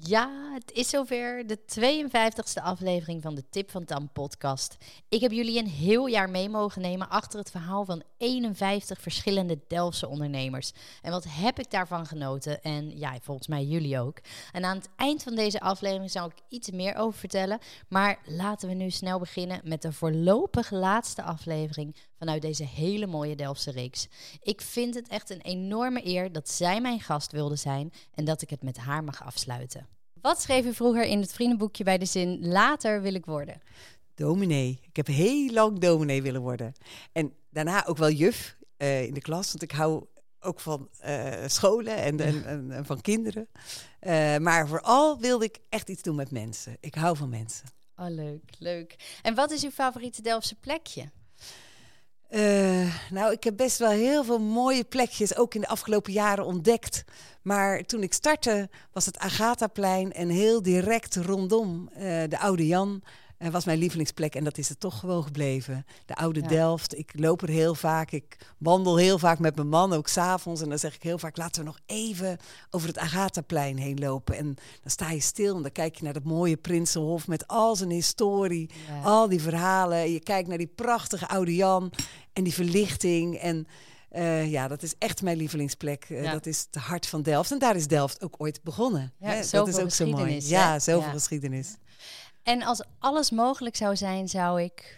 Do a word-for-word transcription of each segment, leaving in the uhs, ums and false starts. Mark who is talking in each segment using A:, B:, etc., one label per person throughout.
A: Ja, het is zover, de tweeënvijftigste aflevering van de Tip van Tam podcast. Ik heb jullie een heel jaar mee mogen nemen achter het verhaal van eenenvijftig verschillende Delftse ondernemers. En wat heb ik daarvan genoten? En ja, volgens mij jullie ook. En aan het eind van deze aflevering zal ik iets meer over vertellen. Maar laten we nu snel beginnen met de voorlopig laatste aflevering vanuit deze hele mooie Delftse reeks. Ik vind het echt een enorme eer dat zij mijn gast wilde zijn en dat ik het met haar mag afsluiten. Wat schreef u vroeger in het vriendenboekje bij de zin later wil ik worden?
B: Dominee. Ik heb heel lang dominee willen worden. En daarna ook wel juf uh, in de klas, want ik hou ook van uh, scholen en, en, en, en van kinderen. Uh, maar vooral wilde ik echt iets doen met mensen. Ik hou van mensen.
A: Oh, leuk, leuk. En wat is uw favoriete Delftse plekje?
B: Uh, nou, ik heb best wel heel veel mooie plekjes ook in de afgelopen jaren ontdekt. Maar toen ik startte was het Agathaplein en heel direct rondom uh, de Oude Jan uh, was mijn lievelingsplek. En dat is er toch gewoon gebleven. De Oude ja. Delft. Ik loop er heel vaak. Ik wandel heel vaak met mijn man, ook 's avonds. En dan zeg ik heel vaak, laten we nog even over het Agathaplein heen lopen. En dan sta je stil en dan kijk je naar dat mooie Prinsenhof met al zijn historie. Ja. Al die verhalen. Je kijkt naar die prachtige Oude Jan en die verlichting. En uh, ja, dat is echt mijn lievelingsplek. Uh, ja. Dat is het hart van Delft. En daar is Delft ook ooit begonnen.
A: Ja, Hè? Dat is ook zo mooi. Hè?
B: Ja, zoveel
A: ja.
B: geschiedenis.
A: Ja. En als alles mogelijk zou zijn, zou ik...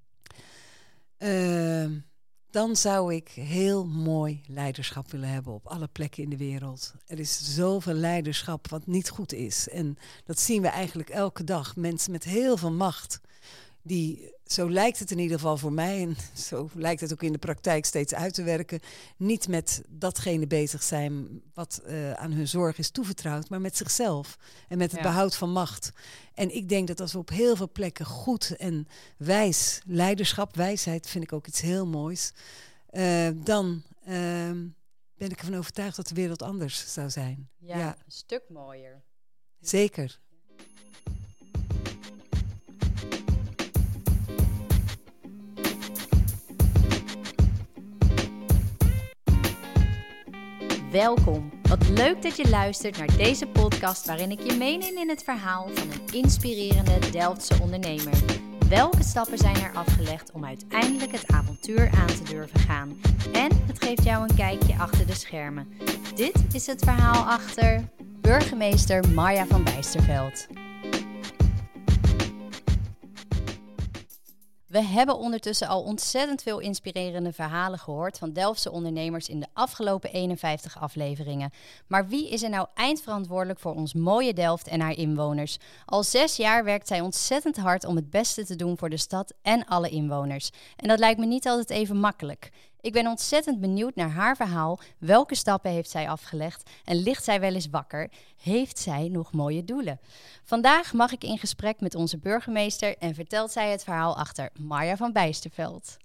B: Uh, dan zou ik heel mooi leiderschap willen hebben op alle plekken in de wereld. Er is zoveel leiderschap wat niet goed is. En dat zien we eigenlijk elke dag. Mensen met heel veel macht. Die, zo lijkt het in ieder geval voor mij, en zo lijkt het ook in de praktijk steeds uit te werken, niet met datgene bezig zijn wat uh, aan hun zorg is toevertrouwd, maar met zichzelf en met het ja. behoud van macht. En ik denk dat als we op heel veel plekken goed en wijs leiderschap, wijsheid vind ik ook iets heel moois, uh, dan uh, ben ik ervan overtuigd dat de wereld anders zou zijn.
A: Ja, ja. Een stuk mooier.
B: Zeker.
A: Welkom. Wat leuk dat je luistert naar deze podcast waarin ik je meeneem in het verhaal van een inspirerende Delftse ondernemer. Welke stappen zijn er afgelegd om uiteindelijk het avontuur aan te durven gaan? En het geeft jou een kijkje achter de schermen. Dit is het verhaal achter burgemeester Marja van Bijsterveldt. We hebben ondertussen al ontzettend veel inspirerende verhalen gehoord van Delftse ondernemers in de afgelopen eenenvijftig afleveringen. Maar wie is er nou eindverantwoordelijk voor ons mooie Delft en haar inwoners? Al zes jaar werkt zij ontzettend hard om het beste te doen voor de stad en alle inwoners. En dat lijkt me niet altijd even makkelijk. Ik ben ontzettend benieuwd naar haar verhaal. Welke stappen heeft zij afgelegd? En ligt zij wel eens wakker? Heeft zij nog mooie doelen? Vandaag mag ik in gesprek met onze burgemeester en vertelt zij het verhaal achter Marja van Bijsterveldt.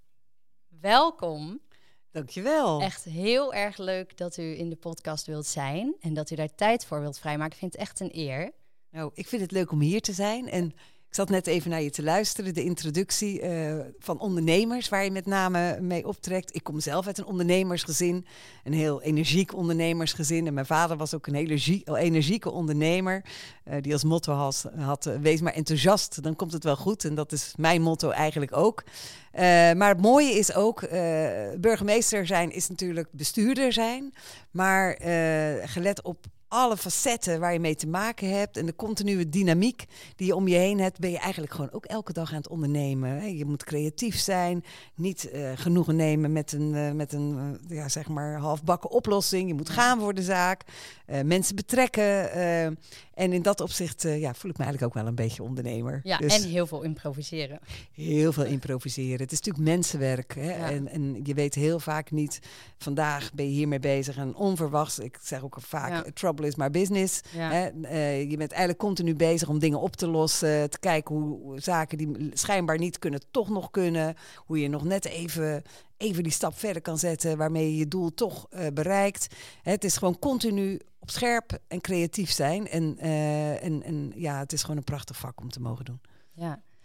A: Welkom.
B: Dankjewel.
A: Echt heel erg leuk dat u in de podcast wilt zijn en dat u daar tijd voor wilt vrijmaken. Ik vind het echt een eer.
B: Nou, ik vind het leuk om hier te zijn en ik zat net even naar je te luisteren, de introductie uh, van ondernemers waar je met name mee optrekt. Ik kom zelf uit een ondernemersgezin, een heel energiek ondernemersgezin. En mijn vader was ook een hele energieke ondernemer uh, die als motto had, had uh, wees maar enthousiast, dan komt het wel goed. En dat is mijn motto eigenlijk ook. Uh, maar het mooie is ook, uh, burgemeester zijn is natuurlijk bestuurder zijn, maar uh, gelet op alle facetten waar je mee te maken hebt en de continue dynamiek die je om je heen hebt, ben je eigenlijk gewoon ook elke dag aan het ondernemen. Je moet creatief zijn, niet uh, genoegen nemen met een, uh, met een uh, ja, zeg maar halfbakken oplossing. Je moet gaan voor de zaak, uh, mensen betrekken. Uh, en in dat opzicht uh, ja, voel ik me eigenlijk ook wel een beetje ondernemer.
A: Ja, dus en heel veel improviseren.
B: Heel veel improviseren. Het is natuurlijk mensenwerk. Hè? Ja. En, en je weet heel vaak niet, vandaag ben je hiermee bezig en onverwachts, ik zeg ook vaak, ja. trouble is my business. Ja. Hè? Uh, je bent eigenlijk continu bezig om dingen op te lossen, te kijken hoe, hoe zaken die schijnbaar niet kunnen, toch nog kunnen. Hoe je nog net even, even die stap verder kan zetten, waarmee je je doel toch uh, bereikt. Hè, het is gewoon continu op scherp en creatief zijn. En, uh, en, en ja, het is gewoon een prachtig vak om te mogen doen.
A: Ja.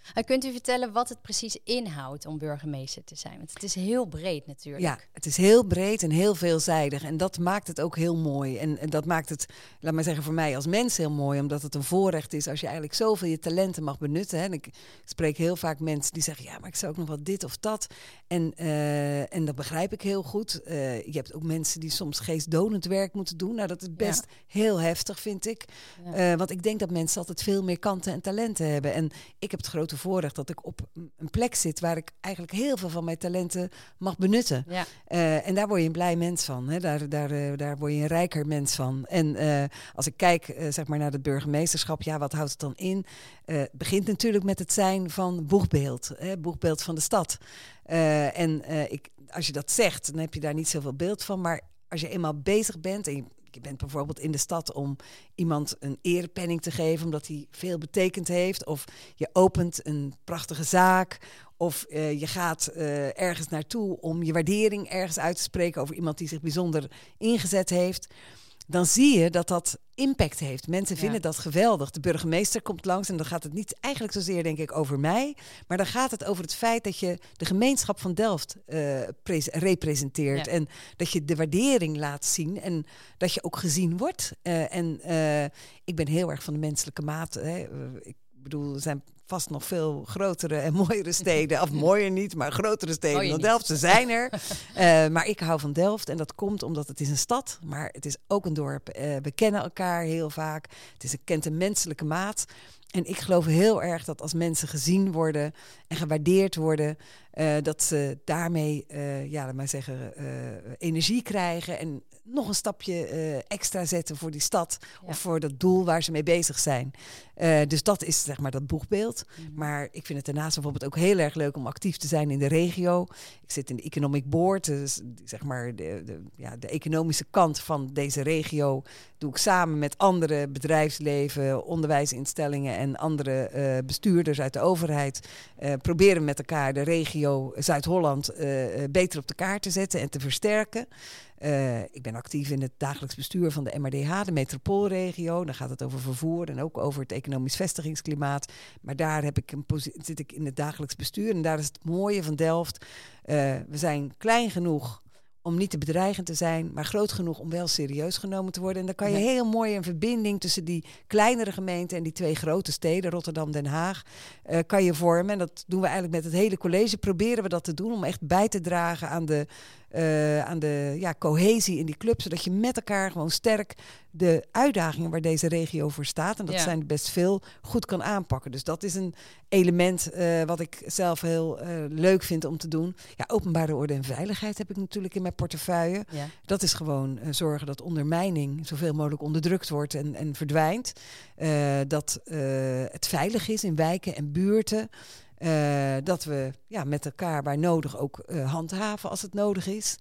A: Uh, kunt u vertellen wat het precies inhoudt om burgemeester te zijn? Want het is heel breed natuurlijk.
B: Ja, het is heel breed en heel veelzijdig. En dat maakt het ook heel mooi. En, en dat maakt het, laat maar zeggen, voor mij als mens heel mooi. Omdat het een voorrecht is als je eigenlijk zoveel je talenten mag benutten. Hè. En ik spreek heel vaak mensen die zeggen, ja, maar ik zou ook nog wat dit of dat. En, uh, en dat begrijp ik heel goed. Uh, je hebt ook mensen die soms geestdodend werk moeten doen. Nou, dat is best ja. heel heftig, vind ik. Ja. Uh, want ik denk dat mensen altijd veel meer kanten en talenten hebben. En ik heb het grote voorrecht dat ik op een plek zit waar ik eigenlijk heel veel van mijn talenten mag benutten. Ja. Uh, en daar word je een blij mens van. Hè? Daar, daar, uh, daar word je een rijker mens van. En uh, als ik kijk uh, zeg maar naar het burgemeesterschap, ja, wat houdt het dan in? Uh, het begint natuurlijk met het zijn van boegbeeld. Hè? Boegbeeld van de stad. Uh, en uh, ik, als je dat zegt, dan heb je daar niet zoveel beeld van. Maar als je eenmaal bezig bent en je, je bent bijvoorbeeld in de stad om iemand een erepenning te geven omdat hij veel betekend heeft. Of je opent een prachtige zaak. Of uh, je gaat uh, ergens naartoe om je waardering ergens uit te spreken over iemand die zich bijzonder ingezet heeft. Dan zie je dat dat impact heeft. Mensen vinden ja. dat geweldig. De burgemeester komt langs en dan gaat het niet eigenlijk zozeer, denk ik, over mij. Maar dan gaat het over het feit dat je de gemeenschap van Delft uh, pre- representeert. Ja. En dat je de waardering laat zien en dat je ook gezien wordt. Uh, en uh, ik ben heel erg van de menselijke maat. Hè. Uh, ik bedoel, er zijn vast nog veel grotere en mooiere steden. Of mooier niet, maar grotere steden Mooie dan niet. Delft. Ze zijn er. uh, maar ik hou van Delft. En dat komt omdat het is een stad. Maar het is ook een dorp. Uh, we kennen elkaar heel vaak. Het is een, kent een menselijke maat. En ik geloof heel erg dat als mensen gezien worden en gewaardeerd worden, uh, dat ze daarmee, uh, ja, laat maar zeggen, uh, energie krijgen en nog een stapje uh, extra zetten voor die stad ja. of voor dat doel waar ze mee bezig zijn. Uh, dus dat is zeg maar dat boegbeeld. Mm-hmm. Maar ik vind het daarnaast bijvoorbeeld ook heel erg leuk om actief te zijn in de regio. Ik zit in de Economic Board, dus zeg maar de, de, ja, de economische kant van deze regio doe ik samen met andere bedrijfsleven, onderwijsinstellingen en andere uh, bestuurders uit de overheid. Uh, proberen met elkaar de regio Zuid-Holland uh, beter op de kaart te zetten en te versterken. Uh, ik ben actief in het dagelijks bestuur van de M R D H, de metropoolregio. Dan gaat het over vervoer en ook over het economisch vestigingsklimaat. Maar daar heb ik een posi- zit ik in het dagelijks bestuur. En daar is het mooie van Delft. Uh, we zijn klein genoeg om niet te bedreigend te zijn, maar groot genoeg om wel serieus genomen te worden. En dan kan je heel mooi een verbinding tussen die kleinere gemeenten en die twee grote steden, Rotterdam, Den Haag, uh, kan je vormen. En dat doen we eigenlijk met het hele college. Proberen we dat te doen om echt bij te dragen aan de, uh, aan de ja, cohesie in die club, zodat je met elkaar gewoon sterk de uitdagingen waar deze regio voor staat, en dat ja. zijn best veel, goed kan aanpakken. Dus dat is een element uh, wat ik zelf heel uh, leuk vind om te doen. Ja, openbare orde en veiligheid heb ik natuurlijk in mijn portefeuille. Ja. Dat is gewoon uh, zorgen dat ondermijning zoveel mogelijk onderdrukt wordt en, en verdwijnt. Uh, dat uh, het veilig is in wijken en buurten. Uh, dat we ja, met elkaar waar nodig ook uh, handhaven als het nodig is.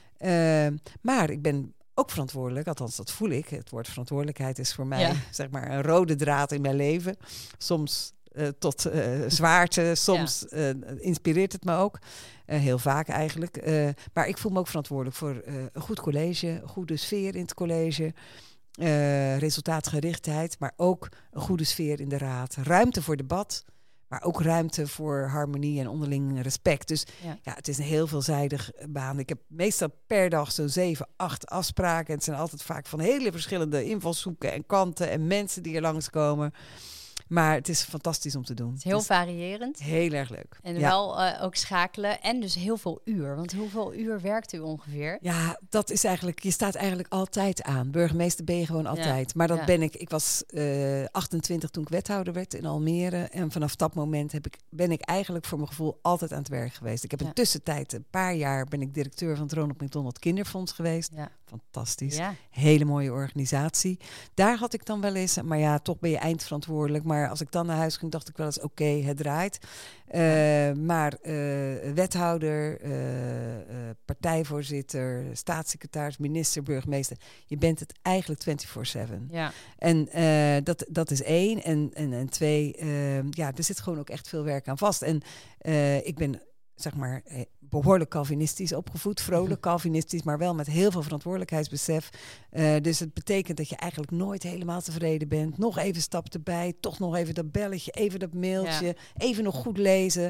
B: Uh, maar ik ben ook verantwoordelijk, althans dat voel ik. Het woord verantwoordelijkheid is voor mij ja. zeg maar een rode draad in mijn leven. Soms uh, tot uh, zwaarte, soms ja. uh, inspireert het me ook. Uh, heel vaak eigenlijk. Uh, maar ik voel me ook verantwoordelijk voor uh, een goed college, een goede sfeer in het college. Uh, resultaatgerichtheid, maar ook een goede sfeer in de raad. Ruimte voor debat, maar ook ruimte voor harmonie en onderling respect. Dus ja, ja het is een heel veelzijdig baan. Ik heb meestal per dag zo'n zeven, acht afspraken. En het zijn altijd vaak van hele verschillende invalshoeken en kanten en mensen die er langskomen. Maar het is fantastisch om te doen.
A: Het is heel het is variërend.
B: Heel erg leuk.
A: En ja. wel uh, ook schakelen en dus heel veel uur. Want hoeveel uur werkt u ongeveer?
B: Ja, dat is eigenlijk, je staat eigenlijk altijd aan. Burgemeester ben je gewoon altijd. Ja. Maar dat ja. ben ik, ik was uh, achtentwintig toen ik wethouder werd in Almere. En vanaf dat moment heb ik, ben ik eigenlijk voor mijn gevoel altijd aan het werk geweest. Ik heb ja. in tussentijd, een paar jaar, ben ik directeur van het Ronald McDonald Kinderfonds geweest. Ja. Fantastisch. Ja. Hele mooie organisatie. Daar had ik dan wel eens, maar ja, toch ben je eindverantwoordelijk. Maar als ik dan naar huis ging, dacht ik wel eens, oké, okay, het draait. Uh, maar uh, wethouder, uh, uh, partijvoorzitter, staatssecretaris, minister, burgemeester. Je bent het eigenlijk vierentwintig zeven. Ja. En uh, dat, dat is één. En, en, en twee, uh, ja, er zit gewoon ook echt veel werk aan vast. En uh, ik ben zeg maar, eh, behoorlijk Calvinistisch opgevoed. Vrolijk Calvinistisch, maar wel met heel veel verantwoordelijkheidsbesef. Uh, dus het betekent dat je eigenlijk nooit helemaal tevreden bent. Nog even stap erbij, toch nog even dat belletje, even dat mailtje, ja. even nog goed lezen.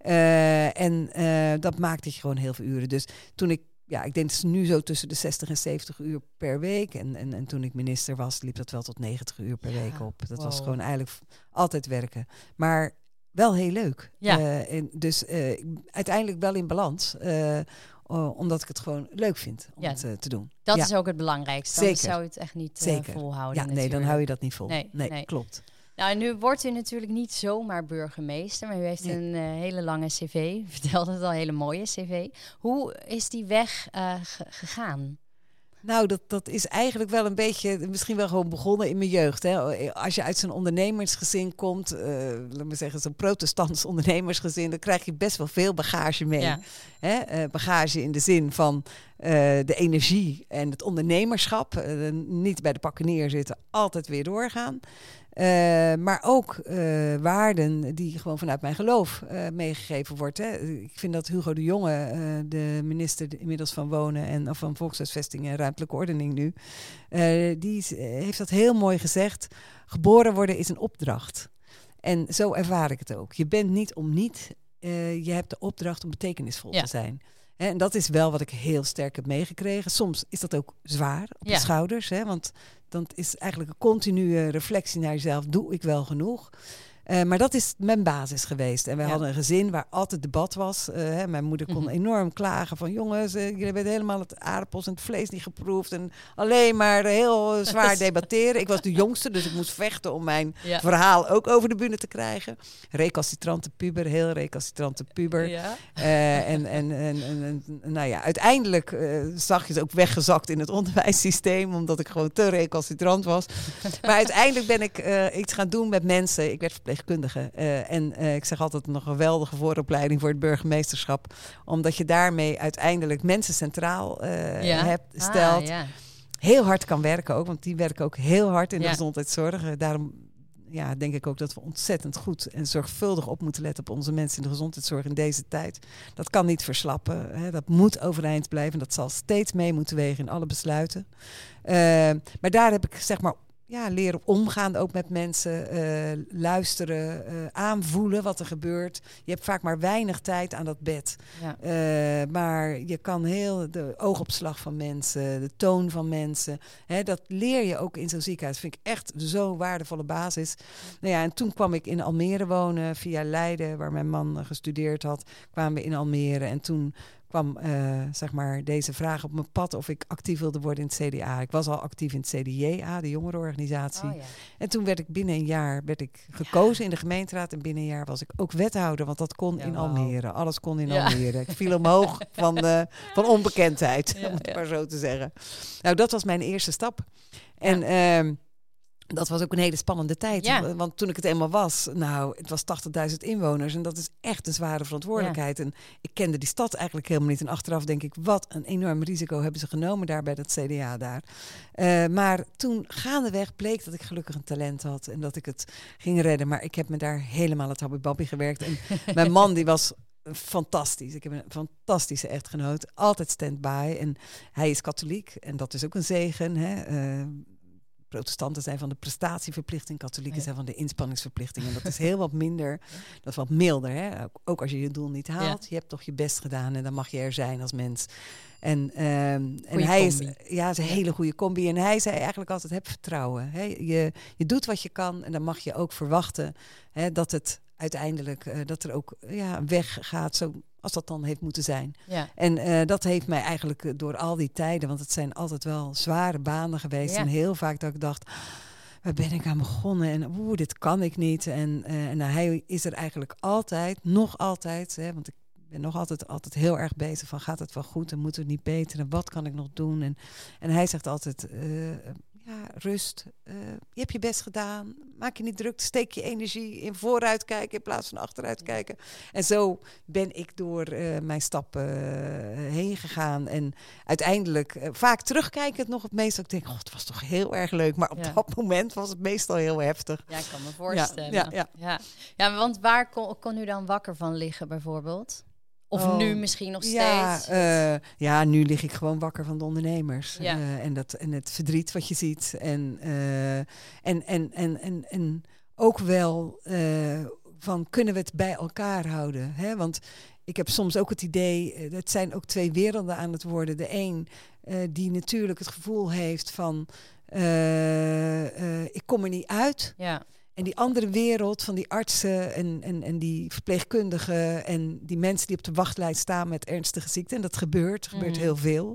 B: Uh, en uh, dat maakt dat je gewoon heel veel uren. Dus toen ik, ja, ik denk dat ze nu zo tussen de zestig en zeventig uur per week. En, en, en toen ik minister was, liep dat wel tot negentig uur per ja, week op. Dat wow. was gewoon eigenlijk altijd werken. Maar wel heel leuk.
A: Ja.
B: Uh, en dus uh, uiteindelijk wel in balans. Uh, uh, omdat ik het gewoon leuk vind om ja, het uh, te doen.
A: Dat
B: ja.
A: is ook het belangrijkste. Anders zou je het echt niet uh, volhouden.
B: Ja, nee, natuurlijk. Dan hou je dat niet vol.
A: Nee,
B: nee,
A: nee.
B: klopt.
A: Nou, nu wordt u natuurlijk niet zomaar burgemeester, maar u heeft nee. een uh, hele lange cv. U vertelde het al, een hele mooie cv. Hoe is die weg uh, g- gegaan?
B: Nou, dat, dat is eigenlijk wel een beetje, misschien wel gewoon begonnen in mijn jeugd. Hè. Als je uit zo'n ondernemersgezin komt, uh, laten we zeggen zo'n protestants ondernemersgezin, dan krijg je best wel veel bagage mee.
A: Ja.
B: Hè? Uh, bagage in de zin van uh, de energie en het ondernemerschap. Uh, niet bij de pakken neerzitten, altijd weer doorgaan. Uh, maar ook uh, waarden die gewoon vanuit mijn geloof uh, meegegeven wordt. Hè. Ik vind dat Hugo de Jonge, uh, de minister de, inmiddels van Wonen en of van Volkshuisvesting en Ruimtelijke Ordening nu, uh, die is, heeft dat heel mooi gezegd. Geboren worden is een opdracht. En zo ervaar ik het ook. Je bent niet om niet, uh, je hebt de opdracht om betekenisvol ja. te zijn. En dat is wel wat ik heel sterk heb meegekregen. Soms is dat ook zwaar op ja. de schouders. Hè, want dan is eigenlijk een continue reflectie naar jezelf. Doe ik wel genoeg? Uh, maar dat is mijn basis geweest. En wij ja. hadden een gezin waar altijd debat was. Uh, hè, mijn moeder kon mm-hmm. enorm klagen van... jongens, uh, jullie hebben helemaal het aardappels en het vlees niet geproefd. En alleen maar heel zwaar debatteren. Ik was de jongste, dus ik moest vechten om mijn ja. verhaal ook over de bühne te krijgen. Recalcitrante puber, heel recalcitrante puber. Ja. Uh, en, en, en, en, en nou ja, uiteindelijk uh, zag je het ook weggezakt in het onderwijssysteem. Omdat ik gewoon te recalcitrant was. Maar uiteindelijk ben ik uh, iets gaan doen met mensen. Ik werd verpleegkundige. Uh, en uh, ik zeg altijd nog een geweldige vooropleiding voor het burgemeesterschap. Omdat je daarmee uiteindelijk mensen centraal uh, ja. hebt, stelt. Ah, ja. Heel hard kan werken ook, want die werken ook heel hard in ja. de gezondheidszorg. Uh, daarom ja, denk ik ook dat we ontzettend goed en zorgvuldig op moeten letten op onze mensen in de gezondheidszorg in deze tijd. Dat kan niet verslappen. Hè. Dat moet overeind blijven. Dat zal steeds mee moeten wegen in alle besluiten. Uh, maar daar heb ik zeg maar Ja, leren omgaan ook met mensen, uh, luisteren, uh, aanvoelen wat er gebeurt. Je hebt vaak maar weinig tijd aan dat bed. Ja. Uh, maar je kan heel de oogopslag van mensen, de toon van mensen. Hè, dat leer je ook in zo'n ziekenhuis. Dat vind ik echt zo'n waardevolle basis. Nou ja, en toen kwam ik in Almere wonen via Leiden, waar mijn man uh, gestudeerd had. Kwamen we in Almere en toen kwam uh, zeg maar deze vraag op mijn pad of ik actief wilde worden in het C D A. Ik was al actief in het C D J A, de jongerenorganisatie. Oh, ja. En toen werd ik binnen een jaar werd ik gekozen ja. in de gemeenteraad. En binnen een jaar was ik ook wethouder, want dat kon ja, in wow. Almere. Alles kon in ja. Almere. Ik viel omhoog van, de, van onbekendheid, ja, om het ja. maar zo te zeggen. Nou, dat was mijn eerste stap. En ja. uh, dat was ook een hele spannende tijd. Ja. Want toen ik het eenmaal was, nou, het was tachtigduizend inwoners. En dat is echt een zware verantwoordelijkheid. Ja. En ik kende die stad eigenlijk helemaal niet. En achteraf denk ik, wat een enorm risico hebben ze genomen daar bij dat C D A daar. Uh, maar toen gaandeweg bleek dat ik gelukkig een talent had. En dat ik het ging redden. Maar ik heb me daar helemaal het habibabbi gewerkt. En mijn man die was fantastisch. Ik heb een fantastische echtgenoot. Altijd stand-by. En hij is katholiek. En dat is ook een zegen, hè. Uh, Protestanten zijn van de prestatieverplichting, katholieken ja. zijn van de inspanningsverplichting. En dat is heel wat minder, dat is wat milder. Hè? Ook, ook als je je doel niet haalt, ja. je hebt toch je best gedaan en dan mag je er zijn als mens. En, um, en hij is, ja, is een hele goede combi. En hij zei eigenlijk altijd, heb vertrouwen. Hè? Je, je doet wat je kan en dan mag je ook verwachten, hè, dat het uiteindelijk, uh, dat er ook ja, een weg gaat, zo als dat dan heeft moeten zijn. Ja. En uh, dat heeft mij eigenlijk uh, door al die tijden, want het zijn altijd wel zware banen geweest. Ja. En heel vaak dat ik dacht, waar ben ik aan begonnen? En oeh, dit kan ik niet. En, uh, en nou, hij is er eigenlijk altijd, nog altijd, hè, want ik ben nog altijd, altijd heel erg bezig van, gaat het wel goed en moeten we het niet beter? En wat kan ik nog doen? En, en hij zegt altijd, uh, ja, rust, uh, je hebt je best gedaan, maak je niet druk, steek je energie in vooruit kijken in plaats van achteruit kijken. En zo ben ik door uh, mijn stappen uh, heen gegaan en uiteindelijk uh, vaak terugkijken het nog het meest. Ik denk, oh, het was toch heel erg leuk, maar op ja. dat moment was het meestal heel heftig.
A: Ja, ik kan me voorstellen.
B: Ja, ja, ja.
A: ja. ja want waar kon, kon u dan wakker van liggen bijvoorbeeld? Of
B: Oh,
A: nu misschien nog
B: ja,
A: steeds?
B: uh, ja, nu lig ik gewoon wakker van de ondernemers.
A: Ja.
B: Uh, en, dat, en het verdriet wat je ziet. En, uh, en, en, en, en, en ook wel uh, van kunnen we het bij elkaar houden. Hè? Want ik heb soms ook het idee, uh, het zijn ook twee werelden aan het worden. De een uh, die natuurlijk het gevoel heeft van uh, uh, ik kom er niet uit.
A: Ja.
B: En die andere wereld van die artsen en, en, en die verpleegkundigen en die mensen die op de wachtlijst staan met ernstige ziekten. En dat gebeurt, er gebeurt mm. heel veel.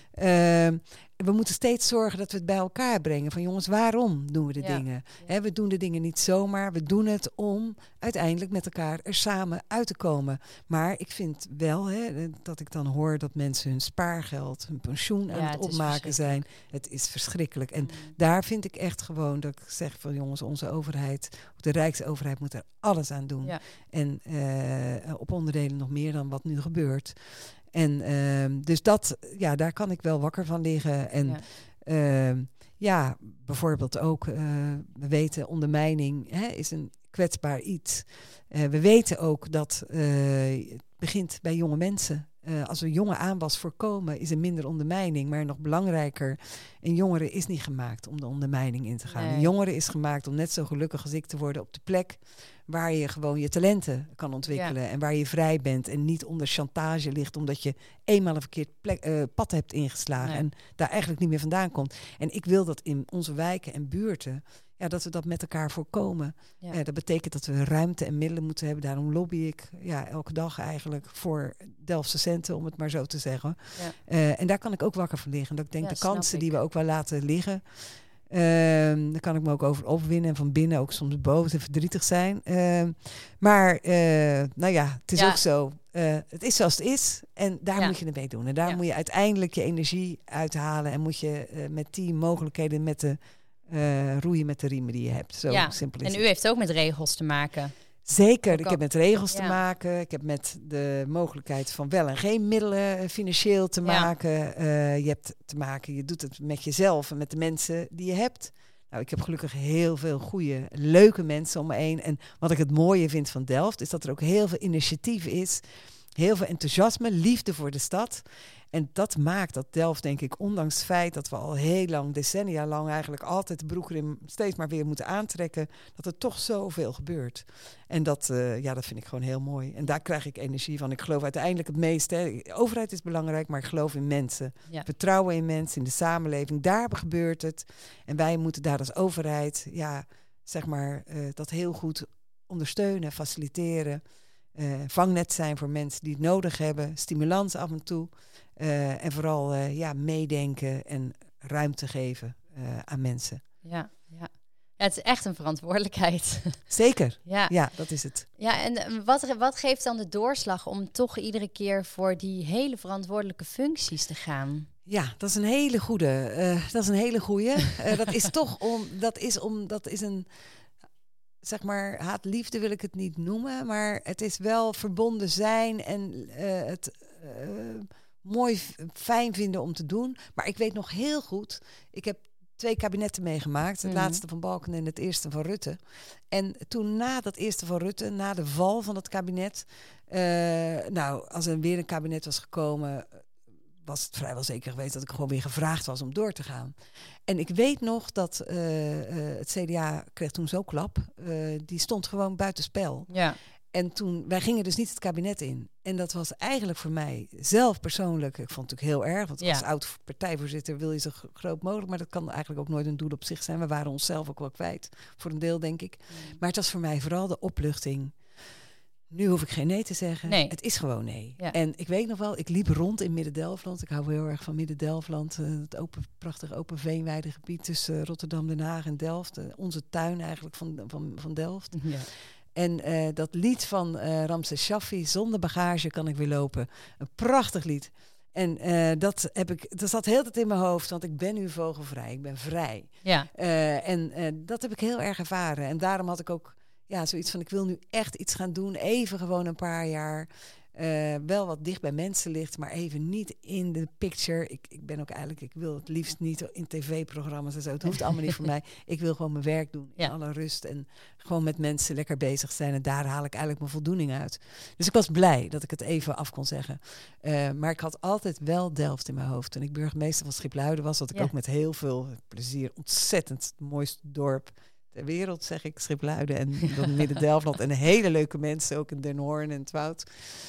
B: Uh, we moeten steeds zorgen dat we het bij elkaar brengen. Van jongens, waarom doen we de ja. dingen? Ja. He, we doen de dingen niet zomaar. We doen het om uiteindelijk met elkaar er samen uit te komen. Maar ik vind wel he, dat ik dan hoor dat mensen hun spaargeld, hun pensioen aan ja, het, het opmaken zijn. Het is verschrikkelijk. En mm. daar vind ik echt gewoon dat ik zeg van jongens, onze overheid, de Rijksoverheid moet er alles aan doen. Ja. En uh, op onderdelen nog meer dan wat nu gebeurt. En uh, dus dat, ja, daar kan ik wel wakker van liggen. En ja, uh, ja bijvoorbeeld ook, uh, we weten ondermijning hè, is een kwetsbaar iets. Uh, we weten ook dat uh, het begint bij jonge mensen. Uh, als we jonge aanwas voorkomen, is er minder ondermijning. Maar nog belangrijker, een jongere is niet gemaakt om de ondermijning in te gaan. Nee. Een jongere is gemaakt om net zo gelukkig als ik te worden op de plek waar je gewoon je talenten kan ontwikkelen. Ja. En waar je vrij bent en niet onder chantage ligt omdat je eenmaal een verkeerd plek, uh, pad hebt ingeslagen. Nee. En daar eigenlijk niet meer vandaan komt. En ik wil dat in onze wijken en buurten, ja, dat we dat met elkaar voorkomen. Ja. Ja, dat betekent dat we ruimte en middelen moeten hebben. Daarom lobby ik ja, elke dag eigenlijk voor Delftse centen, om het maar zo te zeggen. Ja. Uh, en daar kan ik ook wakker van liggen. Dat ik denk ja, de kansen ik. die we ook wel laten liggen, Uh, daar kan ik me ook over opwinnen en van binnen ook soms boos en verdrietig zijn. Uh, maar uh, nou ja, het is ja. ook zo. Uh, het is zoals het is en daar ja. moet je het mee doen. En daar ja. moet je uiteindelijk je energie uithalen en moet je uh, met die mogelijkheden met de uh, roeien met de riemen die je hebt. Zo
A: ja.
B: simpel is
A: en
B: het.
A: u heeft ook met regels te maken.
B: Zeker, ook ik heb met regels ja. te maken. Ik heb met de mogelijkheid van wel en geen middelen financieel te ja. maken. Uh, je hebt te maken, je doet het met jezelf en met de mensen die je hebt. Nou, ik heb gelukkig heel veel goede, leuke mensen om me heen. En wat ik het mooie vind van Delft, is dat er ook heel veel initiatief is. Heel veel enthousiasme, liefde voor de stad. En dat maakt dat Delft, denk ik, ondanks het feit dat we al heel lang, decennia lang eigenlijk altijd de broek erin steeds maar weer moeten aantrekken, dat er toch zoveel gebeurt. En dat, uh, ja, dat vind ik gewoon heel mooi. En daar krijg ik energie van. Ik geloof uiteindelijk het meeste. Hè. De overheid is belangrijk, maar ik geloof in mensen. Ja. Vertrouwen in mensen, in de samenleving. Daar gebeurt het. En wij moeten daar als overheid, ja, zeg maar, uh, dat heel goed ondersteunen, faciliteren. Uh, vangnet zijn voor mensen die het nodig hebben. Stimulans af en toe. Uh, en vooral uh, ja, meedenken en ruimte geven uh, aan mensen.
A: Ja, ja. Ja, het is echt een verantwoordelijkheid.
B: Zeker, ja, ja dat is het.
A: Ja, en wat, wat geeft dan de doorslag om toch iedere keer voor die hele verantwoordelijke functies te gaan?
B: Ja, dat is een hele goede. Uh, dat is een hele goede. Uh, dat is toch om, dat is om, dat is een, zeg maar, haat-liefde wil ik het niet noemen, maar het is wel verbonden zijn en uh, het uh, mooi, fijn vinden om te doen. Maar ik weet nog heel goed, ik heb twee kabinetten meegemaakt. Het mm. laatste van Balken en het eerste van Rutte. En toen na dat eerste van Rutte, na de val van het kabinet, uh, nou, als er weer een kabinet was gekomen, was het vrijwel zeker geweest dat ik gewoon weer gevraagd was om door te gaan. En ik weet nog dat uh, uh, het C D A kreeg toen zo klap. Uh, die stond gewoon buitenspel. Ja. En toen, wij gingen dus niet het kabinet in. En dat was eigenlijk voor mij zelf persoonlijk, ik vond het natuurlijk heel erg, want ja. als oud partijvoorzitter wil je zo groot mogelijk, maar dat kan eigenlijk ook nooit een doel op zich zijn. We waren onszelf ook wel kwijt, voor een deel denk ik. Mm. Maar het was voor mij vooral de opluchting. Nu hoef ik geen nee te zeggen. Nee. Het is gewoon nee. Ja. En ik weet nog wel, ik liep rond in Midden-Delfland. Ik hou heel erg van Midden-Delfland. Uh, het open, prachtig open veenweidegebied tussen Rotterdam, Den Haag en Delft. Uh, onze tuin eigenlijk van, van, van Delft. Ja. En uh, dat lied van uh, Ramses Shaffi, Zonder bagage kan ik weer lopen. Een prachtig lied. En uh, dat heb ik, dat zat heel tijd in mijn hoofd, want ik ben nu vogelvrij. Ik ben vrij. Ja. Uh, en uh, dat heb ik heel erg ervaren. En daarom had ik ook ja, zoiets van, ik wil nu echt iets gaan doen. Even gewoon een paar jaar. Uh, wel wat dicht bij mensen ligt, maar even niet in de picture. Ik, ik ben ook eigenlijk, ik wil het liefst niet in tv-programma's en zo. Het hoeft allemaal niet voor mij. Ik wil gewoon mijn werk doen, in ja. alle rust. En gewoon met mensen lekker bezig zijn. En daar haal ik eigenlijk mijn voldoening uit. Dus ik was blij dat ik het even af kon zeggen. Uh, maar ik had altijd wel Delft in mijn hoofd. Toen ik burgemeester van Schipluiden was, dat ik ja. ook met heel veel plezier, ontzettend het mooiste dorp ter wereld, zeg ik, Schipluiden. En dan Midden-Delfland. En hele leuke mensen, ook in Den Hoorn en het Woud.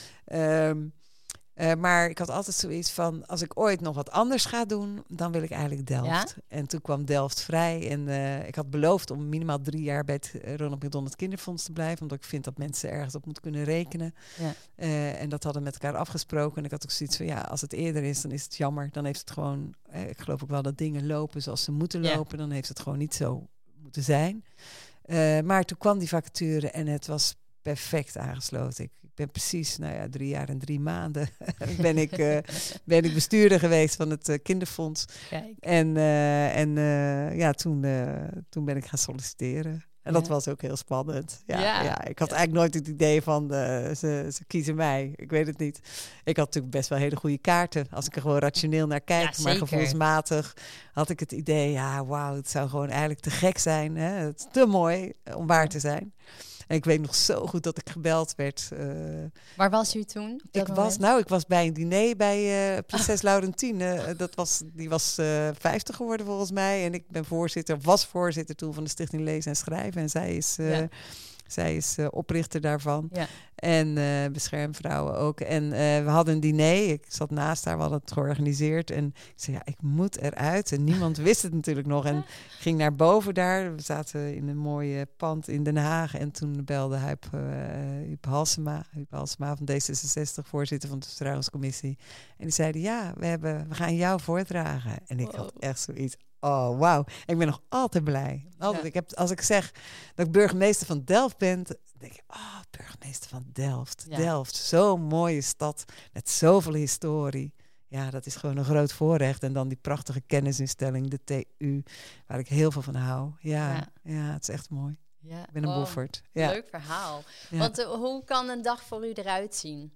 B: Um, uh, maar ik had altijd zoiets van, als ik ooit nog wat anders ga doen, dan wil ik eigenlijk Delft. Ja? En toen kwam Delft vrij. En uh, ik had beloofd om minimaal drie jaar bij het Ronald McDonald Kinderfonds te blijven. Omdat ik vind dat mensen ergens op moeten kunnen rekenen. Ja. Uh, en dat hadden we met elkaar afgesproken. En ik had ook zoiets van, ja, als het eerder is, dan is het jammer. Dan heeft het gewoon, uh, ik geloof ook wel dat dingen lopen zoals ze moeten lopen. Ja. Dan heeft het gewoon niet zo moeten zijn. Uh, maar toen kwam die vacature en het was perfect aangesloten. Ik Ik ben precies, nou ja, drie jaar en drie maanden ben, ik, uh, ben ik bestuurder geweest van het uh, kinderfonds. Kijk. En, uh, en uh, ja, toen, uh, toen ben ik gaan solliciteren. En ja. dat was ook heel spannend. Ja, ja. ja ik had ja. eigenlijk nooit het idee van, uh, ze, ze kiezen mij. Ik weet het niet. Ik had natuurlijk best wel hele goede kaarten. Als ik er gewoon rationeel naar kijk. Ja, maar gevoelsmatig had ik het idee, ja, wauw, het zou gewoon eigenlijk te gek zijn. Hè? Het is te mooi om waar te zijn. En ik weet nog zo goed dat ik gebeld werd. Uh,
A: Waar was u toen?
B: Ik was, nou, ik was bij een diner bij uh, prinses ah. Laurentine. Uh, dat was, die was uh, vijftig geworden volgens mij. En ik ben voorzitter, was voorzitter toen van de Stichting Lezen en Schrijven. En zij is, uh, ja. zij is uh, oprichter daarvan. Ja. En uh, beschermvrouwen ook. En uh, we hadden een diner. Ik zat naast haar, we hadden het georganiseerd. En ik zei, ja, ik moet eruit. En niemand wist het natuurlijk nog. En ging naar boven daar. We zaten in een mooie pand in Den Haag. En toen belde Huip, uh, Huub Halsema, Huub Halsema van D zesenzestig, voorzitter van de Vertrouwenscommissie. En die zeiden, ja, we, hebben, we gaan jou voordragen. En ik wow. had echt zoiets. Oh, wauw. Ik ben nog altijd blij. Altijd. Ja. Ik heb, als ik zeg dat ik burgemeester van Delft ben, denk ik, oh, burgemeester van Delft. Ja. Delft, zo'n mooie stad met zoveel historie. Ja, dat is gewoon een groot voorrecht. En dan die prachtige kennisinstelling, de T U, waar ik heel veel van hou. Ja, ja. ja het is echt mooi. Ja. Ik ben een oh, boefert. Ja.
A: Leuk verhaal. Ja. Want uh, hoe kan een dag voor u eruit zien?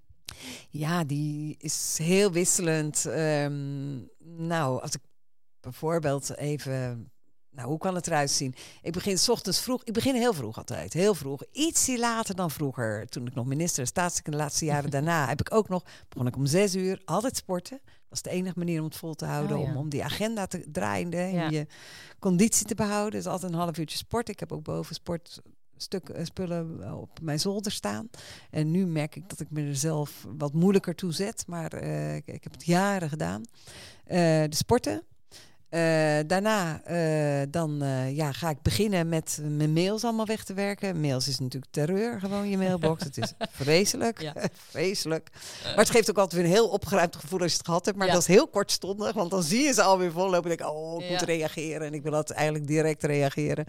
B: Ja, die is heel wisselend. Um, nou, als ik bijvoorbeeld even, nou, hoe kan het eruit zien? Ik begin 's ochtends vroeg. Ik begin heel vroeg altijd. Heel vroeg. Ietsie later dan vroeger. Toen ik nog minister en staatssecretaris, de laatste jaren daarna, heb ik ook nog, begon ik om zes uur, altijd sporten. Dat is de enige manier om het vol te houden. Oh, ja. om, om die agenda te draaien, ja. je conditie te behouden. Dus altijd een half uurtje sport. Ik heb ook boven sport stukken spullen op mijn zolder staan. En nu merk ik dat ik me er zelf wat moeilijker toe zet. Maar uh, ik, ik heb het jaren gedaan. Uh, de sporten. Uh, daarna uh, dan, uh, ja, ga ik beginnen met mijn mails allemaal weg te werken. Mails is natuurlijk terreur, gewoon je mailbox. Het is vreselijk, ja. vreselijk. Maar het geeft ook altijd weer een heel opgeruimd gevoel als je het gehad hebt. Maar ja. dat is heel kortstondig, want dan zie je ze alweer vollopen. En denk ik, oh, ik ja. moet reageren. En ik wil altijd eigenlijk direct reageren.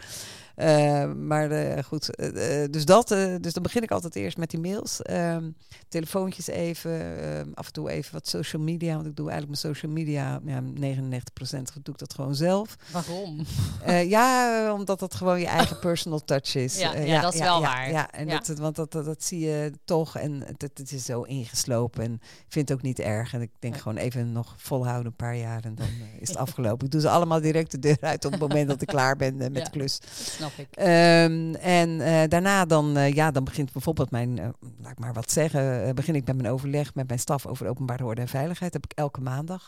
B: Uh, maar uh, goed, uh, dus dat. Uh, dus dan begin ik altijd eerst met die mails. Uh, telefoontjes even, uh, af en toe even wat social media. Want ik doe eigenlijk mijn social media, ja, negenennegentig procent doe ik dat gewoon zelf.
A: Waarom?
B: Uh, ja, omdat dat gewoon je eigen personal touch is.
A: Ja,
B: uh,
A: ja,
B: ja
A: dat is
B: ja,
A: wel
B: ja,
A: waar.
B: Ja, en ja. Dat, want dat, dat, dat zie je toch. En het, het is zo ingeslopen. En ik vind het ook niet erg. En ik denk ja. gewoon even nog volhouden een paar jaar. En dan uh, is het afgelopen. Ik doe ze allemaal direct de deur uit op het moment dat ik klaar ben uh, met ja, de klus.
A: Snap ik.
B: Um, en uh, daarna dan, uh, ja, dan begint bijvoorbeeld mijn, uh, laat ik maar wat zeggen, uh, begin ik met mijn overleg met mijn staf over openbare orde en veiligheid. Dat heb ik elke maandag.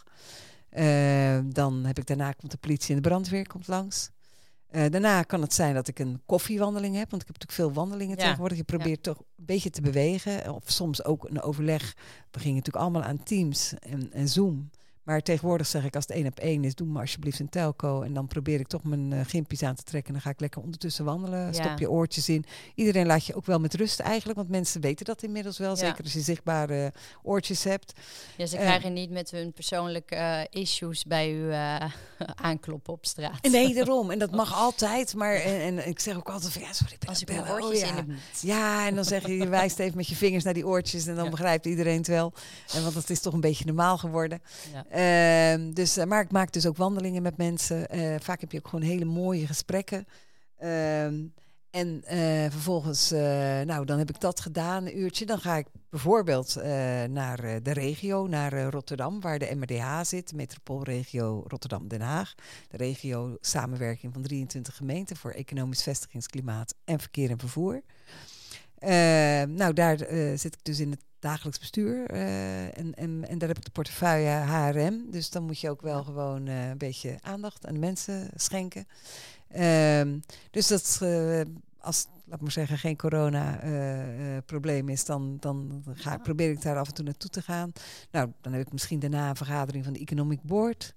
B: Uh, dan heb ik daarna komt de politie en de brandweer komt langs. Uh, daarna kan het zijn dat ik een koffiewandeling heb, want ik heb natuurlijk veel wandelingen ja. tegenwoordig. Je probeert ja. toch een beetje te bewegen, of soms ook een overleg. We gingen natuurlijk allemaal aan Teams en, en Zoom. Maar tegenwoordig zeg ik, als het één op één is, doe maar alsjeblieft een telco. En dan probeer ik toch mijn uh, gimpies aan te trekken. En dan ga ik lekker ondertussen wandelen. Ja. Stop je oortjes in. Iedereen laat je ook wel met rust eigenlijk. Want mensen weten dat inmiddels wel. Ja. Zeker als je zichtbare oortjes hebt.
A: Ja, ze uh, krijgen niet met hun persoonlijke uh, issues bij u uh, aankloppen op straat.
B: Nee, daarom. En dat mag altijd. Maar en, en ik zeg ook altijd van, ja, sorry, ik ben
A: als ik mijn
B: oortjes
A: oortjes
B: oh, ja.
A: in heb niet.
B: Ja, en dan zeg je, je wijst even met je vingers naar die oortjes. En dan ja. begrijpt iedereen het wel. En want het is toch een beetje normaal geworden. Ja. Uh, dus, uh, maar ik maak dus ook wandelingen met mensen. Uh, vaak heb je ook gewoon hele mooie gesprekken. Uh, En uh, vervolgens, uh, nou, dan heb ik dat gedaan, een uurtje. Dan ga ik bijvoorbeeld uh, naar uh, de regio, naar uh, Rotterdam, waar de M R D H zit, metropoolregio Rotterdam-Den Haag. De regio samenwerking van drieëntwintig gemeenten voor economisch vestigingsklimaat en verkeer en vervoer. Uh, nou, daar uh, zit ik dus in het dagelijks bestuur uh, en, en, en daar heb ik de portefeuille H R M. Dus dan moet je ook wel gewoon uh, een beetje aandacht aan de mensen schenken. Uh, dus dat uh, als, laat maar zeggen, geen corona-probleem uh, uh, is, dan, dan ga, ja. probeer ik daar af en toe naartoe te gaan. Nou, dan heb ik misschien daarna een vergadering van de Economic Board.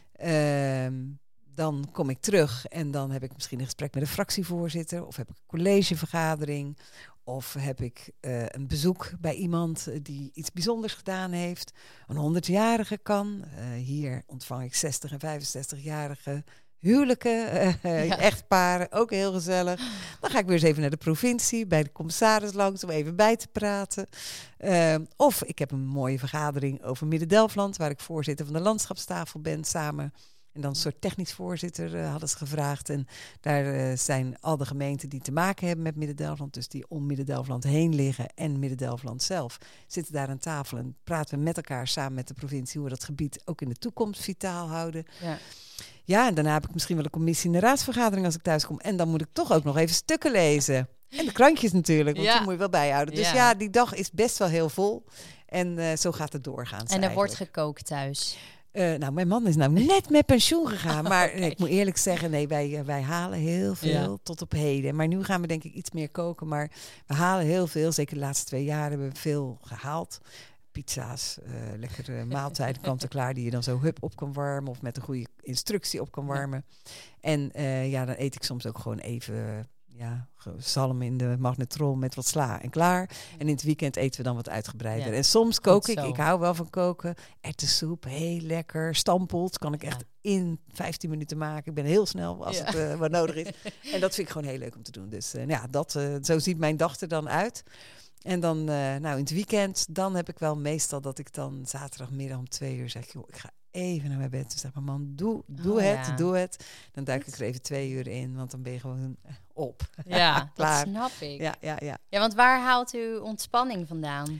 B: Uh, dan kom ik terug en dan heb ik misschien een gesprek met de fractievoorzitter, of heb ik een collegevergadering, of heb ik uh, een bezoek bij iemand die iets bijzonders gedaan heeft. Een honderdjarige kan. Uh, hier ontvang ik zestig- en vijfenzestigjarige huwelijken, uh, ja. echtparen, ook heel gezellig. Dan ga ik weer eens even naar de provincie, bij de commissaris langs om even bij te praten. Uh, of ik heb een mooie vergadering over Midden-Delfland, waar ik voorzitter van de landschapstafel ben, samen. En dan een soort technisch voorzitter uh, hadden ze gevraagd. En daar uh, zijn al de gemeenten die te maken hebben met Midden-Delfland, dus die om Midden-Delfland heen liggen en Midden-Delfland zelf, zitten daar aan tafel en praten we met elkaar samen met de provincie hoe we dat gebied ook in de toekomst vitaal houden. Ja. Ja, en daarna heb ik misschien wel een commissie in de raadsvergadering als ik thuis kom. En dan moet ik toch ook nog even stukken lezen. En de krantjes natuurlijk, want ja. die moet je wel bijhouden. Dus ja. ja, die dag is best wel heel vol. En uh, zo gaat het doorgaan. En er
A: eigenlijk. wordt gekookt thuis.
B: Uh, nou, mijn man is nou net met pensioen gegaan. Maar okay. nee, ik moet eerlijk zeggen, nee, wij, wij halen heel veel ja. tot op heden. Maar nu gaan we denk ik iets meer koken. Maar we halen heel veel. Zeker de laatste twee jaar hebben we veel gehaald. Pizza's, uh, lekkere maaltijden kant-en-klaar die je dan zo hup op kan warmen. Of met een goede instructie op kan warmen. Ja. En uh, ja, dan eet ik soms ook gewoon even ja, zalm in de magnetron met wat sla en klaar. En in het weekend eten we dan wat uitgebreider. Ja. En soms kook ik, ik hou wel van koken. Erwtensoep, heel lekker. Stamppot kan ik echt ja. in vijftien minuten maken. Ik ben heel snel als ja. het uh, wat nodig is. En dat vind ik gewoon heel leuk om te doen. Dus uh, ja, dat, uh, zo ziet mijn dag er dan uit. En dan, uh, nou in het weekend, dan heb ik wel meestal dat ik dan zaterdagmiddag om twee uur zeg, joh, ik ga even naar mijn bed. Dus zeg maar, man, doe, doe oh, het, ja. doe het. Dan duik ik er even twee uur in, want dan ben je gewoon op.
A: Ja, klaar. Dat snap ik.
B: Ja, ja, ja.
A: Ja, want waar haalt u ontspanning vandaan?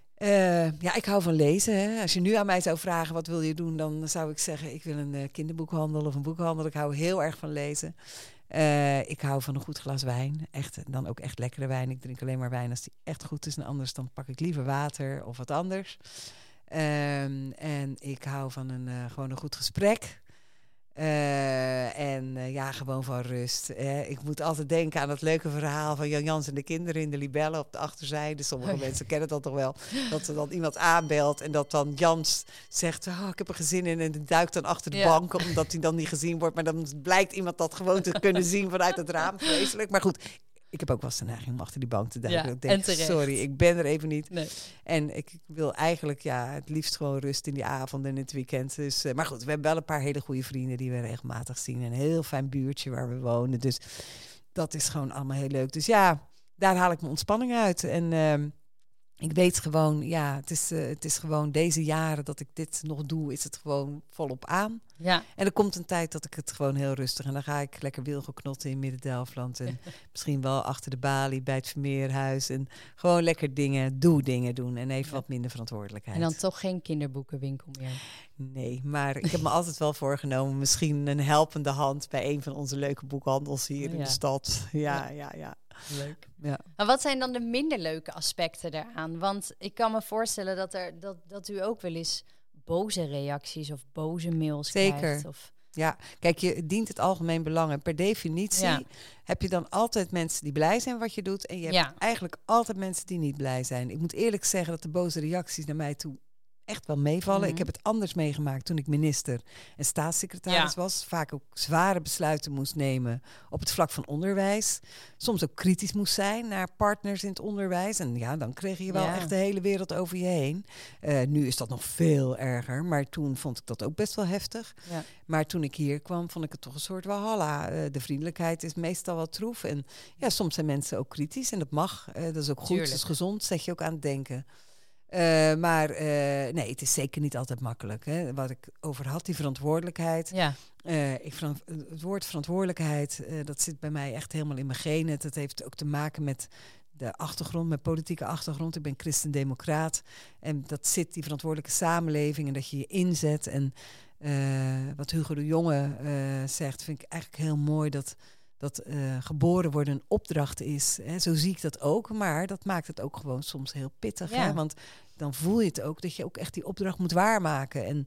B: Uh, ja, ik hou van lezen. Hè. Als je nu aan mij zou vragen, wat wil je doen? Dan zou ik zeggen, ik wil een uh, kinderboekhandel of een boekhandel. Ik hou heel erg van lezen. Uh, ik hou van een goed glas wijn. Echt, dan ook echt lekkere wijn. Ik drink alleen maar wijn als die echt goed is. En anders dan pak ik liever water of wat anders. Um, en ik hou van een, uh, gewoon een goed gesprek. Uh, en uh, ja, gewoon van rust. Uh, ik moet altijd denken aan dat leuke verhaal van Jan Jans en de kinderen in de libellen op de achterzijde. Sommige oh, ja. mensen kennen dat toch wel. Dat er dan iemand aanbelt en dat dan Jans zegt, oh, ik heb er gezin in. En duikt dan achter de ja. bank, omdat hij dan niet gezien wordt. Maar dan blijkt iemand dat gewoon te kunnen zien vanuit het raam. Vreselijk. Maar goed, ik heb ook wel eens de neiging om achter die bank te duiken.
A: Ja,
B: ik denk, sorry, ik ben er even niet.
A: Nee.
B: En ik wil eigenlijk ja, het liefst gewoon rust in die avond en in het weekend. Dus, uh, maar goed, we hebben wel een paar hele goede vrienden die we regelmatig zien. Een heel fijn buurtje waar we wonen. Dus dat is gewoon allemaal heel leuk. Dus ja, daar haal ik mijn ontspanning uit. En uh, ik weet gewoon, ja, het is, uh, het is gewoon deze jaren dat ik dit nog doe, is het gewoon volop aan.
A: Ja.
B: En er komt een tijd dat ik het gewoon heel rustig... en dan ga ik lekker wilgeknotten in Midden-Delfland... en misschien wel achter de balie bij het Vermeerhuis... en gewoon lekker dingen, doe dingen doen... en even ja. wat minder verantwoordelijkheid.
A: En dan toch geen kinderboekenwinkel meer?
B: Nee, maar ik heb me altijd wel voorgenomen... misschien een helpende hand bij een van onze leuke boekhandels hier oh, in ja. de stad. Ja, ja, ja. ja.
A: Leuk. Ja. Maar wat zijn dan de minder leuke aspecten daaraan? Want ik kan me voorstellen dat, er, dat, dat u ook wel eens... boze reacties of boze mails
B: Zeker.
A: krijgt. Of...
B: Ja, kijk, je dient het algemeen belang. En per definitie ja. heb je dan altijd mensen die blij zijn wat je doet. En je hebt ja. eigenlijk altijd mensen die niet blij zijn. Ik moet eerlijk zeggen dat de boze reacties naar mij toe echt wel meevallen. Mm-hmm. Ik heb het anders meegemaakt toen ik minister en staatssecretaris ja. was. Vaak ook zware besluiten moest nemen op het vlak van onderwijs. Soms ook kritisch moest zijn naar partners in het onderwijs. En ja, dan kreeg je wel ja. echt de hele wereld over je heen. Uh, nu is dat nog veel erger. Maar toen vond ik dat ook best wel heftig. Ja. Maar toen ik hier kwam, vond ik het toch een soort walhalla. Uh, de vriendelijkheid is meestal wat troef. En ja, soms zijn mensen ook kritisch. En dat mag. Uh, dat is ook goed.
A: Tuurlijk.
B: Dat is gezond. Zet je ook aan het denken. Uh, maar uh, nee, het is zeker niet altijd makkelijk. Hè. Wat ik over had, die verantwoordelijkheid.
A: Ja.
B: Uh, ik, het woord verantwoordelijkheid, uh, dat zit bij mij echt helemaal in mijn genen. Dat heeft ook te maken met de achtergrond, mijn politieke achtergrond. Ik ben christendemocraat. En dat zit, die verantwoordelijke samenleving en dat je je inzet. En uh, wat Hugo de Jonge uh, zegt, vind ik eigenlijk heel mooi dat... dat uh, geboren worden een opdracht is. Hè. Zo zie ik dat ook, maar dat maakt het ook gewoon soms heel pittig.
A: Ja.
B: Hè? Want dan voel je het ook dat je ook echt die opdracht moet waarmaken. En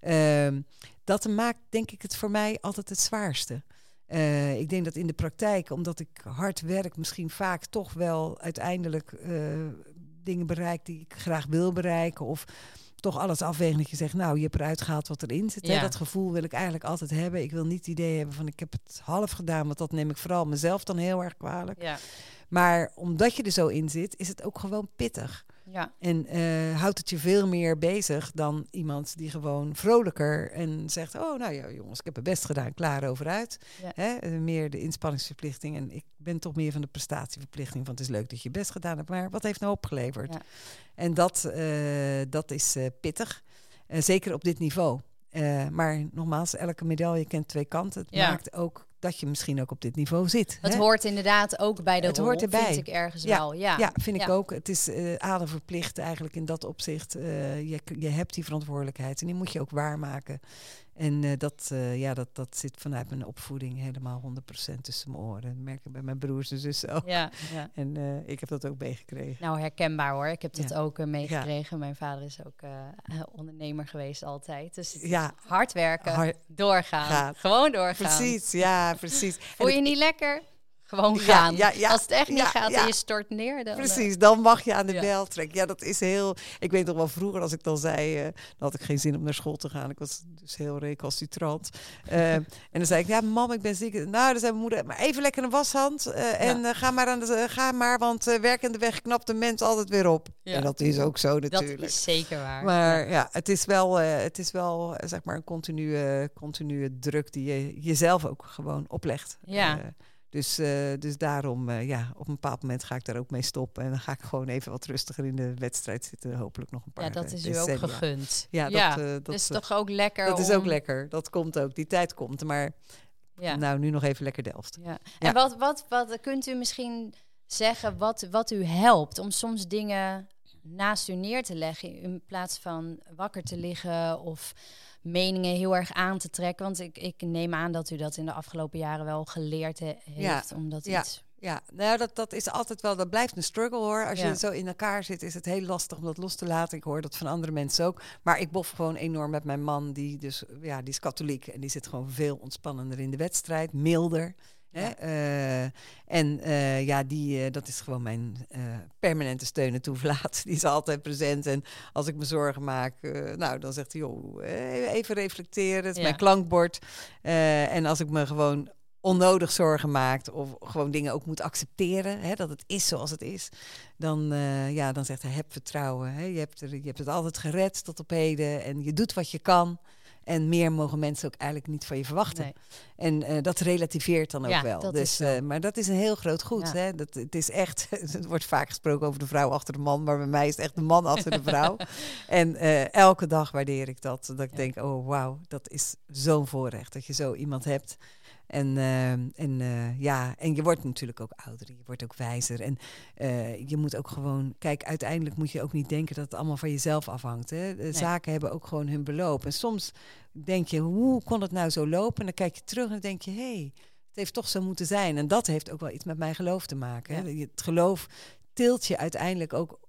B: uh, dat maakt, denk ik, het voor mij altijd het zwaarste. Uh, ik denk dat in de praktijk, omdat ik hard werk, misschien vaak toch wel uiteindelijk uh, dingen bereik die ik graag wil bereiken. Of toch alles afwegen dat je zegt, nou, je hebt eruit gehaald wat erin zit.
A: Ja.
B: Hè? Dat gevoel wil ik eigenlijk altijd hebben. Ik wil niet het idee hebben van, ik heb het half gedaan, want dat neem ik vooral mezelf dan heel erg kwalijk.
A: Ja.
B: Maar omdat je er zo in zit, is het ook gewoon pittig.
A: Ja.
B: En uh, houdt het je veel meer bezig dan iemand die gewoon vrolijker en zegt, oh, nou ja, jongens, ik heb het best gedaan, klaar over uit.
A: Ja.
B: Hè? Uh, meer de inspanningsverplichting. En ik ben toch meer van de prestatieverplichting. Want het is leuk dat je best gedaan hebt, maar wat heeft nou opgeleverd?
A: Ja.
B: En dat, uh, dat is uh, pittig. Uh, zeker op dit niveau. Uh, maar nogmaals, elke medaille kent twee kanten. Het
A: Ja.
B: maakt ook dat je misschien ook op dit niveau zit.
A: Het
B: hè?
A: hoort inderdaad ook bij de
B: Het
A: rol,
B: hoort erbij.
A: vind ik ergens
B: Ja,
A: wel. Ja,
B: ja vind ik
A: ja.
B: ook. Het is uh, aderverplicht eigenlijk in dat opzicht. Uh, je, je hebt die verantwoordelijkheid en die moet je ook waarmaken. En uh, dat, uh, ja, dat, dat zit vanuit mijn opvoeding helemaal honderd procent tussen mijn oren. Dat merk ik bij mijn broers en zussen ook.
A: Ja, ja.
B: En uh, ik heb dat ook meegekregen.
A: Nou, herkenbaar hoor. Ik heb dat
B: Ja.
A: ook uh, meegekregen. Ja. Mijn vader is ook uh, ondernemer geweest altijd. Dus het is
B: Ja.
A: hard werken,
B: Hard
A: doorgaan.
B: Gaat.
A: Gewoon doorgaan.
B: Precies, ja, precies.
A: Voel je
B: het,
A: niet lekker? Gewoon
B: Ja,
A: gaan.
B: ja, ja,
A: Als het echt niet
B: ja,
A: gaat
B: ja.
A: en je stort neer, dan...
B: Precies, dan mag je aan de
A: Ja.
B: bel trekken. Ja, dat is heel... Ik weet nog wel vroeger als ik dan zei... Uh, dan had ik geen zin om naar school te gaan. Ik was dus heel recalcitrant. Uh, en dan zei ik, ja mam, ik ben ziek. Nou, dan zei mijn moeder, maar even lekker een washand. Uh, en uh, ga maar, aan de, uh, ga maar, want uh, werkende weg knapt de mens altijd weer op.
A: Ja.
B: En dat is ook zo natuurlijk.
A: Dat is zeker waar.
B: Maar
A: ja.
B: ja, het is wel, uh, het is wel uh, zeg maar een continue, continue druk die je jezelf ook gewoon oplegt.
A: Ja.
B: Uh, Dus, uh, dus daarom, uh, ja, op een bepaald moment ga ik daar ook mee stoppen. En dan ga ik gewoon even wat rustiger in de wedstrijd zitten. Hopelijk nog een paar
A: Ja, dat is u
B: decennia.
A: ook gegund.
B: Ja, dat,
A: ja.
B: uh, dat
A: dus
B: uh,
A: toch ook lekker
B: Dat
A: om...
B: is ook lekker. Dat komt ook. Die tijd komt. Maar
A: Ja.
B: nou, nu nog even lekker Delft.
A: Ja. En
B: Ja.
A: wat, wat, wat kunt u misschien zeggen wat, wat u helpt om soms dingen naast u neer te leggen in plaats van wakker te liggen of meningen heel erg aan te trekken? Want ik, ik neem aan dat u dat in de afgelopen jaren wel geleerd he- heeft.
B: Ja,
A: Omdat
B: ja.
A: iets...
B: Ja, nou, dat, dat is altijd wel, dat blijft een struggle hoor. Als
A: Ja.
B: je zo in elkaar zit, is het heel lastig om dat los te laten. Ik hoor dat van andere mensen ook. Maar ik bof gewoon enorm met mijn man, die dus, ja, die is katholiek. En die zit gewoon veel ontspannender in de wedstrijd, milder.
A: Ja.
B: Hè? Uh, en uh, ja, die, uh, dat is gewoon mijn uh, permanente steun en toeverlaat. Die is altijd present. En als ik me zorgen maak, uh, nou, dan zegt hij, joh, even reflecteren. Het is
A: Ja.
B: mijn klankbord. Uh, en als ik me gewoon onnodig zorgen maakt of gewoon dingen ook moet accepteren, hè, dat het is zoals het is, dan, uh, ja, dan zegt hij, heb vertrouwen. Hè. Je, hebt er, je hebt het altijd gered tot op heden en je doet wat je kan. En meer mogen mensen ook eigenlijk niet van je verwachten.
A: Nee.
B: En uh, dat relativeert dan ook
A: Ja,
B: wel.
A: dat
B: Dus,
A: is zo.
B: uh, maar dat is een heel groot goed.
A: Ja.
B: Hè? Dat, het is echt, het wordt vaak gesproken over de vrouw achter de man, maar bij mij is het echt de man achter de vrouw. En uh, elke dag waardeer ik dat. Dat ik
A: Ja.
B: denk, oh wauw, dat is zo'n voorrecht dat je zo iemand hebt. En, uh, en, uh, ja, en je wordt natuurlijk ook ouder, je wordt ook wijzer. En uh, je moet ook gewoon... Kijk, uiteindelijk moet je ook niet denken dat het allemaal van jezelf afhangt. Hè? De
A: Nee.
B: zaken hebben ook gewoon hun beloop. En soms denk je, hoe kon het nou zo lopen? En dan kijk je terug en dan denk je, hé, hey, het heeft toch zo moeten zijn. En dat heeft ook wel iets met mijn geloof te maken. Hè?
A: Ja.
B: Het geloof tilt je uiteindelijk ook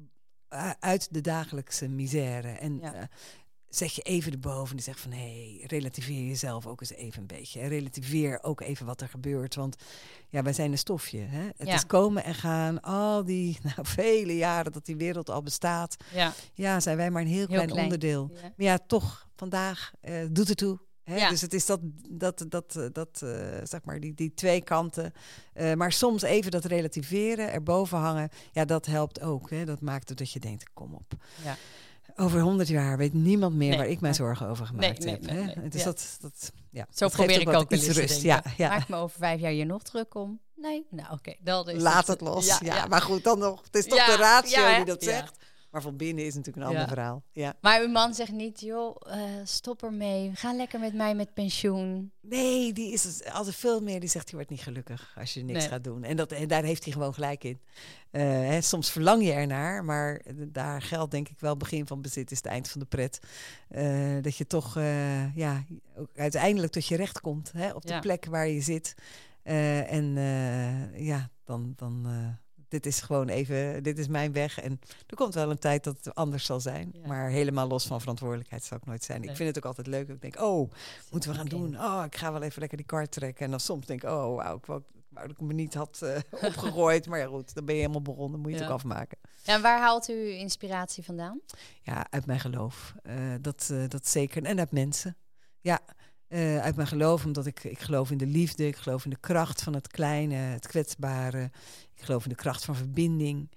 B: uit de dagelijkse misère. En...
A: Ja.
B: Uh, zet je even erboven en die zegt van... hé, hey, relativeer jezelf ook eens even een beetje. Relativeer ook even wat er gebeurt. Want ja, wij zijn een stofje. Hè? Het
A: Ja.
B: is komen en gaan. Al die nou, vele jaren dat die wereld al bestaat.
A: Ja.
B: Ja, zijn wij maar een heel,
A: Heel
B: klein,
A: klein.
B: onderdeel.
A: Ja.
B: Maar ja, toch, vandaag uh, doet het toe. Hè?
A: Ja.
B: Dus het is dat, dat, dat, uh, dat uh, zeg maar, die, die twee kanten. Uh, maar soms even dat relativeren, erboven hangen. Ja, dat helpt ook. Hè? Dat maakt het dat je denkt, kom op.
A: Ja.
B: Over honderd jaar weet niemand meer
A: Nee,
B: waar ik mijn
A: maar-
B: zorgen over gemaakt
A: Nee, nee,
B: heb.
A: nee,
B: hè?
A: nee,
B: Dus
A: ja.
B: dat, dat, ja,
A: Zo
B: dat
A: probeer
B: geeft
A: ik
B: wat
A: ook wel
B: iets
A: eens te
B: rust.
A: denken.
B: Ja, ja.
A: Maak me over vijf jaar hier nog druk om? Nee? Nou, oké. dan is
B: Laat
A: het
B: het los.
A: Ja,
B: Ja,
A: ja.
B: maar goed, dan nog. Het is toch
A: Ja,
B: de ratio
A: ja, hè?
B: die dat
A: Ja.
B: zegt. Maar van binnen is natuurlijk een
A: Ja.
B: ander verhaal. Ja.
A: Maar uw man zegt niet, joh, uh, stop ermee. Ga lekker met mij met pensioen.
B: Nee, die is altijd veel meer. Die zegt, je wordt niet gelukkig als je niks
A: Nee.
B: gaat doen. En, dat, en daar heeft hij gewoon gelijk in. Uh, hè, soms verlang je ernaar, maar daar geldt denk ik wel, begin van bezit is het eind van de pret. Uh, dat je toch uh, ja, ook uiteindelijk tot je recht komt, hè, op de
A: ja.
B: plek waar je zit. Uh, en uh, ja, dan... dan uh, dit is gewoon even, dit is mijn weg. En er komt wel een tijd dat het anders zal zijn. Ja. Maar helemaal los van verantwoordelijkheid zal ik nooit zijn. Nee. Ik vind het ook altijd leuk. Ik denk, oh, moeten we gaan doen? Oh, ik ga wel even lekker die kar trekken. En dan soms denk ik, oh, wauw, ik wou dat ik me niet had uh, opgegooid. Maar ja, goed, dan ben je helemaal begonnen. Dan moet je ja. het ook afmaken.
A: Ja, en waar haalt u inspiratie vandaan?
B: Ja, uit mijn geloof. Uh, dat, uh, dat zeker. En uit mensen. Ja. Uh, uit mijn geloof, omdat ik, ik geloof in de liefde, ik geloof in de kracht van het kleine, het kwetsbare. Ik geloof in de kracht van verbinding.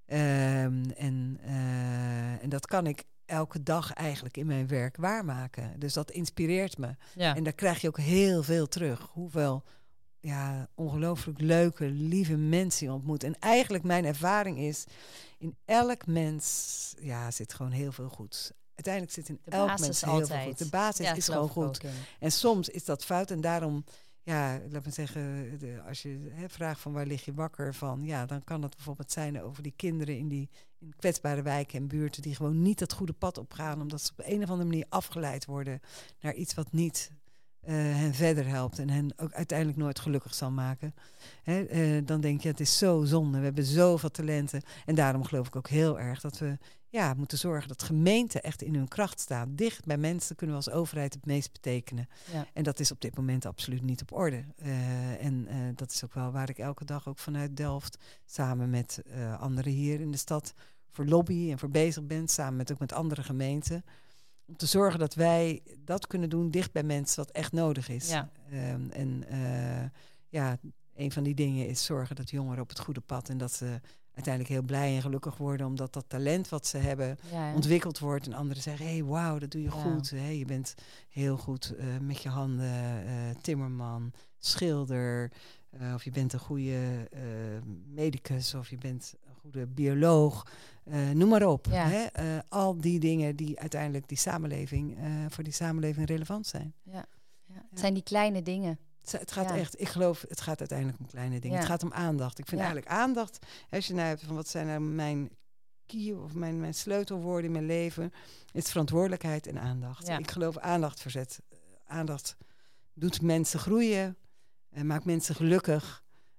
B: Um, en, uh, en dat kan ik elke dag eigenlijk in mijn werk waarmaken. Dus dat inspireert me. Ja. En daar krijg je ook heel veel terug. Hoeveel ja, ongelooflijk leuke, lieve mensen je ontmoet. En eigenlijk mijn ervaring is, in elk mens ja, zit gewoon heel veel goeds. Uiteindelijk zit in
A: de
B: elk mens heel
A: altijd.
B: veel goed. De basis
A: ja,
B: is gewoon goed. En soms is dat fout en daarom, ja, laat me zeggen, de, als je he, vraagt van waar lig je wakker van, ja, dan kan het bijvoorbeeld zijn over die kinderen in die in kwetsbare wijken en buurten die gewoon niet het goede pad opgaan, omdat ze op een of andere manier afgeleid worden naar iets wat niet uh, hen verder helpt en hen ook uiteindelijk nooit gelukkig zal maken. He, uh, dan denk je, het is zo zonde. We hebben zoveel talenten. En daarom geloof ik ook heel erg dat we ja, moeten zorgen dat gemeenten echt in hun kracht staan. Dicht bij mensen kunnen we als overheid het meest betekenen. Ja. En dat is op dit moment absoluut niet op orde. Uh, en uh, dat is ook wel waar ik elke dag ook vanuit Delft samen met uh, anderen hier in de stad voor lobby en voor bezig ben. Samen met ook met andere gemeenten. Om te zorgen dat wij dat kunnen doen dicht bij mensen wat echt nodig is. Ja. Um, en uh, ja, een van die dingen is zorgen dat jongeren op het goede pad en dat ze uiteindelijk heel blij en gelukkig worden omdat dat talent wat ze hebben ja, ontwikkeld wordt. En anderen zeggen, hé, hey, wauw, dat doe je ja. goed. Hey, je bent heel goed uh, met je handen, uh, timmerman, schilder. Uh, of je bent een goede uh, medicus of je bent een goede bioloog. Uh, noem maar op. Ja. Hè? Uh, al die dingen die uiteindelijk die samenleving, uh, voor die samenleving relevant zijn.
A: Ja. Ja. Het ja. zijn die kleine dingen.
B: Het gaat
A: ja.
B: echt, ik geloof, het gaat uiteindelijk om kleine dingen. Ja. Het gaat om aandacht. Ik vind ja. eigenlijk aandacht, als je nou hebt van wat zijn nou mijn key of mijn, mijn sleutelwoorden in mijn leven, is verantwoordelijkheid en aandacht. Ja. Ik geloof aandacht verzet. Aandacht doet mensen groeien, uh, maakt mensen gelukkig.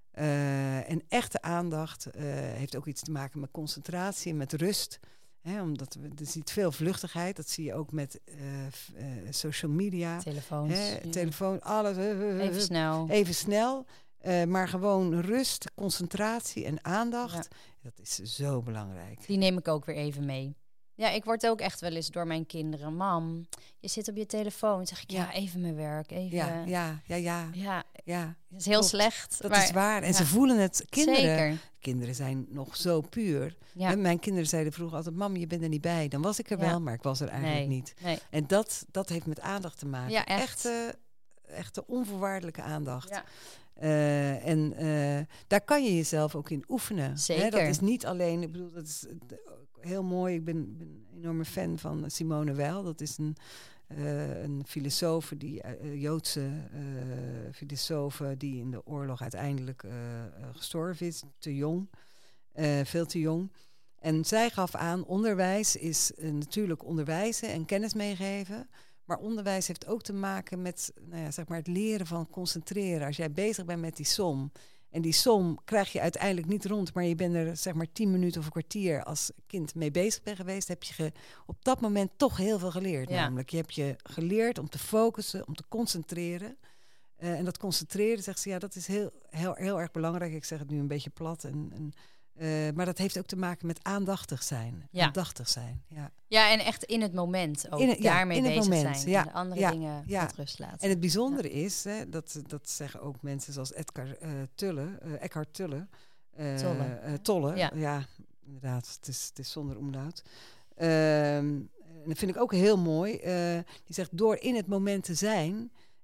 B: Uh, en echte aandacht uh, heeft ook iets te maken met concentratie en met rust. Hè, omdat we, er ziet veel vluchtigheid. Dat zie je ook met uh, f, uh, social media.
A: Telefoons.
B: Hè,
A: ja.
B: Telefoon, alles. Uh, uh,
A: even snel.
B: Even snel. Uh, maar gewoon rust, concentratie en aandacht. Ja. Dat is zo belangrijk.
A: Die neem ik ook weer even mee. Ja, ik word ook echt wel eens door mijn kinderen. Mam, je zit op je telefoon. Dan zeg ik, ja, ja even mijn werk. Even.
B: Ja, ja, ja, ja.
A: Ja,
B: ja.
A: Dat is heel Klopt. slecht.
B: Dat
A: maar,
B: is waar. En
A: ja.
B: ze voelen het. Kinderen,
A: Zeker.
B: kinderen zijn nog zo puur. Ja. En mijn kinderen zeiden vroeger altijd, mam, je bent er niet bij. Dan was ik er ja. wel, maar ik was er eigenlijk
A: nee.
B: niet.
A: Nee.
B: En dat, dat heeft met aandacht te maken.
A: Ja, echt.
B: Echte, echte onvoorwaardelijke aandacht.
A: Ja.
B: Uh, en uh, daar kan je jezelf ook in oefenen.
A: Zeker.
B: Hè? Dat is niet alleen, ik bedoel, dat is heel mooi. Ik ben, ben een enorme fan van Simone Weil. Dat is een, uh, een filosoof, die uh, Joodse uh, filosoof die in de oorlog uiteindelijk uh, gestorven is, te jong, uh, veel te jong. En zij gaf aan, onderwijs is uh, natuurlijk onderwijzen en kennis meegeven. Maar onderwijs heeft ook te maken met nou ja, zeg maar het leren van concentreren. Als jij bezig bent met die som. En die som krijg je uiteindelijk niet rond. Maar je bent er zeg maar tien minuten of een kwartier als kind mee bezig bent geweest. Heb je ge, op dat moment toch heel veel geleerd. Ja. Namelijk, je hebt je geleerd om te focussen, om te concentreren. Uh, en dat concentreren, zegt ze, ja, dat is heel, heel, heel erg belangrijk. Ik zeg het nu een beetje plat. En, en, uh, maar dat heeft ook te maken met aandachtig zijn.
A: Ja.
B: Aandachtig zijn, ja.
A: Ja, en echt in het moment ook
B: in het, ja,
A: daarmee
B: in het
A: bezig
B: moment,
A: zijn.
B: Ja,
A: en de andere
B: ja,
A: dingen
B: ja.
A: met rust laten.
B: En het bijzondere ja. is, hè, dat, dat zeggen ook mensen zoals Edgar uh, Tulle, uh, Eckhart Tolle. Uh,
A: Tolle.
B: Uh, Tolle, ja. ja, inderdaad, het is, het is zonder omlaut. Uh, en dat vind ik ook heel mooi. Uh, die zegt, door in het moment te zijn,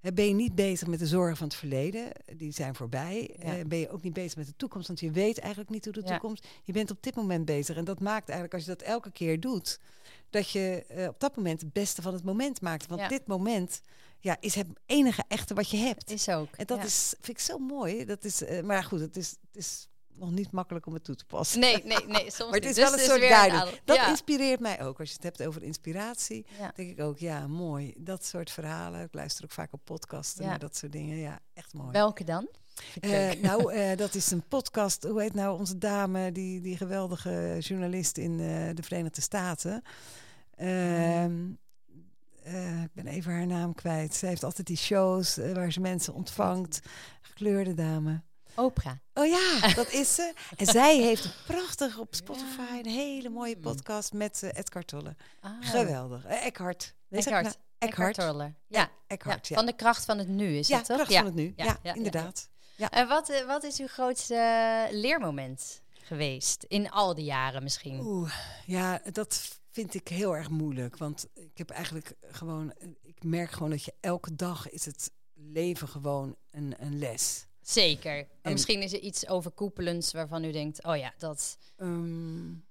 B: He, ben je niet bezig met de zorgen van het verleden, die zijn voorbij.
A: Ja.
B: Uh, ben je ook niet bezig met de toekomst, want je weet eigenlijk niet hoe de
A: Ja.
B: toekomst... Je bent op dit moment bezig en dat maakt eigenlijk, als je dat elke keer doet... dat je uh, op dat moment het beste van het moment maakt. Want
A: ja.
B: dit moment ja, is het enige echte wat je hebt.
A: Is ook.
B: En dat
A: ja.
B: is, vind ik zo mooi. Dat is, uh, maar goed, het is, het is nog niet makkelijk om het toe te passen.
A: Nee, nee, nee. Soms
B: maar het is
A: niet.
B: wel
A: dus
B: een soort
A: een
B: guidance. Dat
A: ja.
B: inspireert mij ook. Als je het hebt over inspiratie,
A: ja.
B: denk ik ook, ja, mooi. Dat soort verhalen. Ik luister ook vaak op podcasten,
A: ja.
B: naar dat soort dingen. Ja, echt mooi.
A: Welke dan?
B: Uh, nou, uh, dat is een podcast. Hoe heet nou onze dame, die, die geweldige journalist in uh, de Verenigde Staten? Uh, uh, ik ben even haar naam kwijt. Ze heeft altijd die shows uh, waar ze mensen ontvangt. Gekleurde dame.
A: Oprah.
B: Oh ja, dat is ze. En zij heeft een prachtig op Spotify een hele mooie podcast met uh, Eckhart Tolle. Ah. Geweldig. Uh, Eckhart.
A: Eckhart.
B: Nou?
A: Eckhart Tolle. Ja.
B: Eckhart, ja.
A: Van de kracht van het nu is
B: ja,
A: dat toch?
B: Kracht
A: ja,
B: van het nu. Ja, ja, ja inderdaad. Ja.
A: En wat, uh, wat is uw grootste uh, leermoment geweest? In al die jaren misschien?
B: Oeh, ja, dat vind ik heel erg moeilijk. Want ik heb eigenlijk gewoon... Ik merk gewoon dat je elke dag is het leven gewoon een, een les.
A: Zeker. Maar en misschien is er iets overkoepelends waarvan u denkt... Oh ja, dat...
B: Um,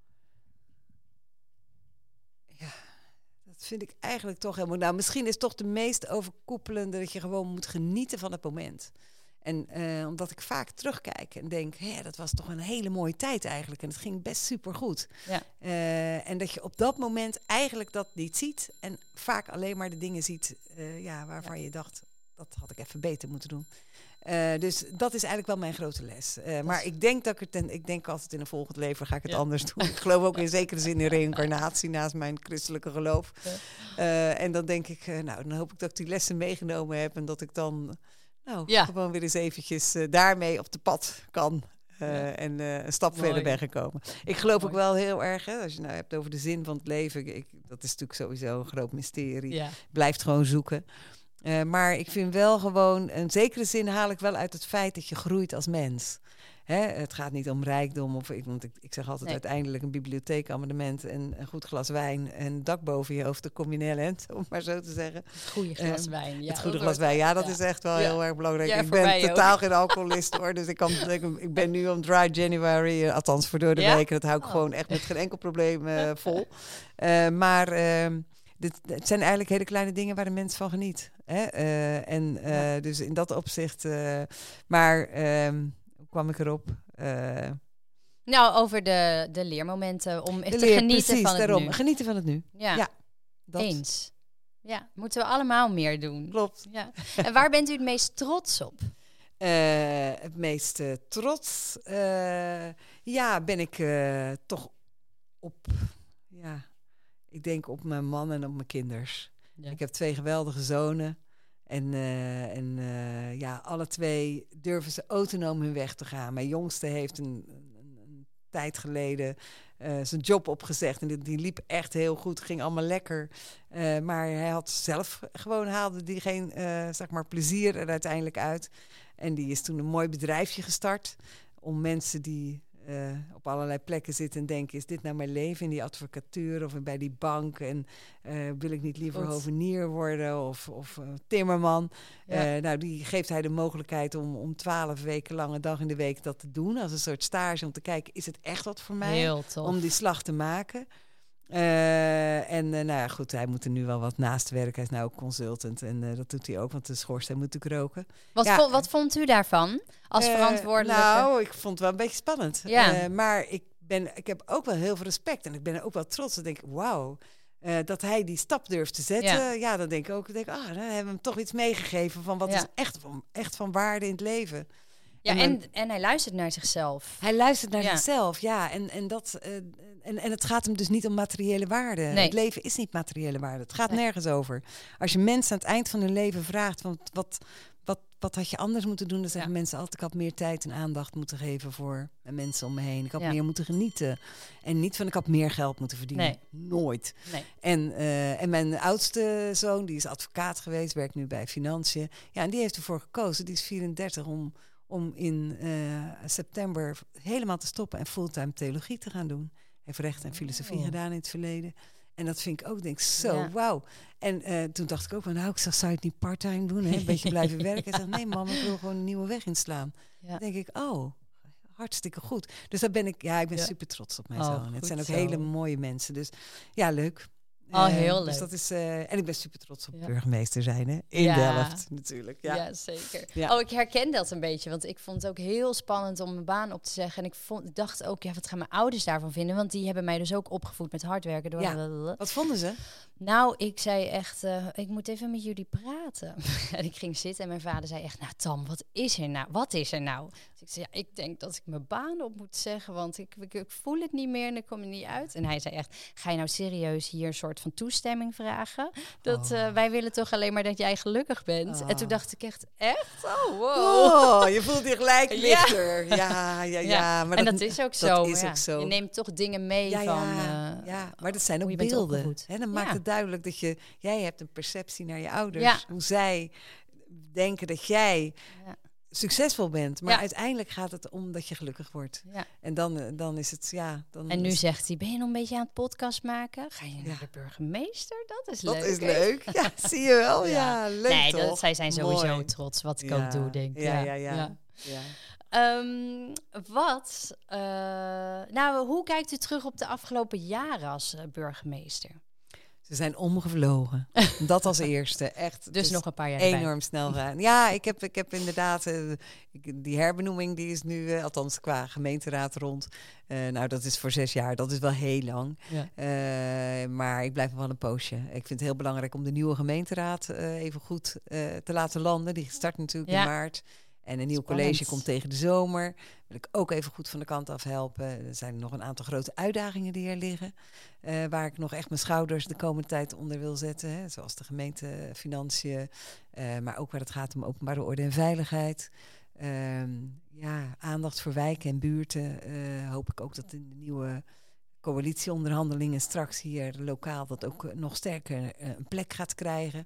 B: ja, dat vind ik eigenlijk toch helemaal... Nou, misschien is toch de meest overkoepelende... dat je gewoon moet genieten van het moment. En uh, omdat ik vaak terugkijk en denk... Hé, dat was toch een hele mooie tijd eigenlijk. En het ging best supergoed.
A: Ja.
B: Uh, en dat je op dat moment eigenlijk dat niet ziet. En vaak alleen maar de dingen ziet uh, ja, waarvan ja. je dacht... dat had ik even beter moeten doen. Uh, dus dat is eigenlijk wel mijn grote les. Uh, maar ik denk dat ik het... En ik denk altijd in een volgend leven ga ik het ja. anders doen. Ik geloof ook in zekere zin in reïncarnatie... naast mijn christelijke geloof. Ja. Uh, en dan denk ik... Uh, nou, dan hoop ik dat ik die lessen meegenomen heb... en dat ik dan... Nou, ja. gewoon weer eens eventjes uh, daarmee op de pad kan. Uh, ja. En uh, een stap Mooi. verder ben gekomen. Ik geloof Mooi. ook wel heel erg, hè, als je nou hebt over de zin van het leven. Ik, dat is natuurlijk sowieso een groot mysterie. Ja. Blijft gewoon zoeken. Uh, maar ik vind wel gewoon, in zekere zin haal ik wel uit het feit dat je groeit als mens. Hè, het gaat niet om rijkdom. Of, ik, want ik, ik zeg altijd nee. uiteindelijk een bibliotheekabonnement en een goed glas wijn en een dak boven je hoofd, de kom je niet end, om maar zo te zeggen.
A: Het goede glas um, wijn. Ja,
B: het goede glas wijn, ja, dat ja. is echt wel ja. heel erg belangrijk.
A: Ja,
B: ik ben totaal
A: ook.
B: geen alcoholist hoor, dus ik, kan, ik, ik ben nu om dry January, uh, althans voor door de ja? week. Dat hou ik oh. gewoon echt met geen enkel probleem uh, vol. Uh, maar... Uh, Dit, het zijn eigenlijk hele kleine dingen waar de mens van geniet. Hè? Uh, en uh, ja. dus in dat opzicht... Uh, maar um, hoe kwam ik erop? Uh,
A: nou, over de, de leermomenten. Om echt
B: de
A: te
B: leer,
A: genieten
B: precies,
A: van het
B: daarom.
A: nu.
B: Genieten van het nu.
A: Ja,
B: ja dat.
A: Eens. Ja, moeten we allemaal meer doen.
B: Klopt.
A: Ja. En waar bent u het meest trots op?
B: Uh, het meest uh, trots? Uh, ja, ben ik uh, toch op... Ja... Ik denk op mijn man en op mijn kinders. Ja. Ik heb twee geweldige zonen. En, uh, en uh, ja, alle twee durven ze autonoom hun weg te gaan. Mijn jongste heeft een, een, een tijd geleden uh, zijn job opgezegd. En die, die liep echt heel goed, ging allemaal lekker. Uh, maar hij had zelf gewoon, haalde die geen uh, zeg maar plezier er uiteindelijk uit. En die is toen een mooi bedrijfje gestart. Om mensen die... Uh, op allerlei plekken zitten en denken... is dit nou mijn leven in die advocatuur of bij die bank? En uh, wil ik niet liever Goed. hovenier worden of, of uh, timmerman? Ja. Uh, nou, die geeft hij de mogelijkheid om, om twaalf weken lang een dag in de week dat te doen. Als een soort stage om te kijken, is het echt wat voor mij?
A: Heel tof.
B: Om die slag te maken. Uh, en uh, nou ja, goed, hij moet er nu wel wat naast werken. Hij is nou ook consultant en uh, dat doet hij ook, want de schoorsteen moet natuurlijk roken.
A: Wat,
B: ja.
A: vo- wat vond u daarvan als uh, verantwoordelijke?
B: Nou, ik vond het wel een beetje spannend.
A: Ja.
B: Uh, maar ik, ben, ik heb ook wel heel veel respect en ik ben er ook wel trots. Dan denk ik, wauw, uh, dat hij die stap durft te zetten. Ja, ja dan denk ik ook, denk, ah, dan hebben we hem toch iets meegegeven van wat ja. is echt van, echt van waarde in het leven.
A: Ja, en, en, en hij luistert naar zichzelf.
B: Hij luistert naar ja. zichzelf, ja. En, en, dat, uh, en, en het gaat hem dus niet om materiële waarde. Nee. Het leven is niet materiële waarde. Het gaat nee. nergens over. Als je mensen aan het eind van hun leven vraagt... Van wat, wat, wat had je anders moeten doen? Dan zeggen ja. mensen altijd... ik had meer tijd en aandacht moeten geven voor mensen om me heen. Ik had ja. meer moeten genieten. En niet van ik had meer geld moeten verdienen. Nee. Nooit. Nee. En, uh, en mijn oudste zoon, die is advocaat geweest... werkt nu bij Financiën. Ja, en die heeft ervoor gekozen. Die is vierendertig om... om in uh, september helemaal te stoppen en fulltime theologie te gaan doen. Hij heeft recht en filosofie oh. gedaan in het verleden. En dat vind ik ook, denk ik, zo,
A: Ja.
B: wauw. En uh, toen dacht ik ook, van, nou, ik zeg, zou je het niet part-time doen? Hè? Een beetje blijven werken. En zeg, nee, mam, ik wil gewoon een nieuwe weg inslaan. Ja. Dan denk ik, oh, hartstikke goed. Dus daar ben ik, ja, ik ben ja. super trots op mijn oh, zoon. Het zijn ook zo. hele mooie mensen. Dus ja, leuk.
A: Oh, heel uh, leuk.
B: Dus dat is, uh, en ik ben super trots op ja. burgemeester zijn, hè? In ja. Delft natuurlijk. Ja,
A: ja zeker. Ja. Oh, ik herken dat een beetje, want ik vond het ook heel spannend om mijn baan op te zeggen. En ik, vond, ik dacht ook, ja, wat gaan mijn ouders daarvan vinden? Want die hebben mij dus ook opgevoed met hard werken. Door
B: ja. Wat vonden ze?
A: Nou, ik zei echt, uh, ik moet even met jullie praten. En ik ging zitten en mijn vader zei echt, nou Tam, wat is er nou? Wat is er nou? Dus ik zei, ja, ik denk dat ik mijn baan op moet zeggen, want ik, ik, ik voel het niet meer en ik kom er niet uit. En hij zei echt, ga je nou serieus hier een soort van toestemming vragen? Dat oh. uh, wij willen toch alleen maar dat jij gelukkig bent. Oh. En toen dacht ik echt, echt? Oh, wow.
B: Oh, je voelt je gelijk lichter. Ja, ja, ja. ja.
A: ja.
B: Maar
A: en
B: dat,
A: dat is ook
B: dat
A: zo.
B: Is
A: ja.
B: ook zo.
A: Je neemt toch dingen mee
B: ja,
A: van...
B: Ja,
A: uh,
B: ja, maar dat zijn ook beelden. Hè? Dan maakt ja. het duidelijk dat je... Jij hebt een perceptie naar je ouders. Ja. Hoe zij denken dat jij... Ja. succesvol bent, maar ja. uiteindelijk gaat het om dat je gelukkig wordt. Ja. En dan, dan is het, ja... Dan
A: en nu
B: is
A: zegt hij, ben je nog een beetje aan het podcast maken? Ga je naar ja. de burgemeester? Dat is
B: dat
A: leuk.
B: Dat is leuk, ja, zie je wel. Ja, ja leuk
A: nee,
B: toch?
A: Dat, zij zijn sowieso
B: Mooi.
A: trots, wat ik
B: ja.
A: ook doe, denk ik.
B: Ja, ja, ja. ja.
A: ja. ja. Um, wat, uh, nou, hoe kijkt u terug op de afgelopen jaren als uh, burgemeester?
B: Ze zijn omgevlogen. Dat als eerste. Echt.
A: Dus nog een paar jaar
B: enorm
A: erbij.
B: snel gaan. Ja, ik heb, ik heb inderdaad... Uh, die herbenoeming die is nu, uh, althans qua gemeenteraad rond. Uh, nou, dat is voor zes jaar. Dat is wel heel lang. Ja. Uh, maar ik blijf nog wel een poosje. Ik vind het heel belangrijk om de nieuwe gemeenteraad uh, even goed uh, te laten landen. Die start natuurlijk ja. in maart. En een nieuw Spannend. college komt tegen de zomer. Wil ik ook even goed van de kant af helpen. Er zijn nog een aantal grote uitdagingen die er liggen. Uh, waar ik nog echt mijn schouders de komende tijd onder wil zetten. Hè, zoals de gemeentefinanciën. Uh, maar ook waar het gaat om openbare orde en veiligheid. Uh, ja, aandacht voor wijken en buurten. Uh, hoop ik ook dat in de nieuwe coalitieonderhandelingen straks hier lokaal dat ook uh, nog sterker uh, een plek gaat krijgen.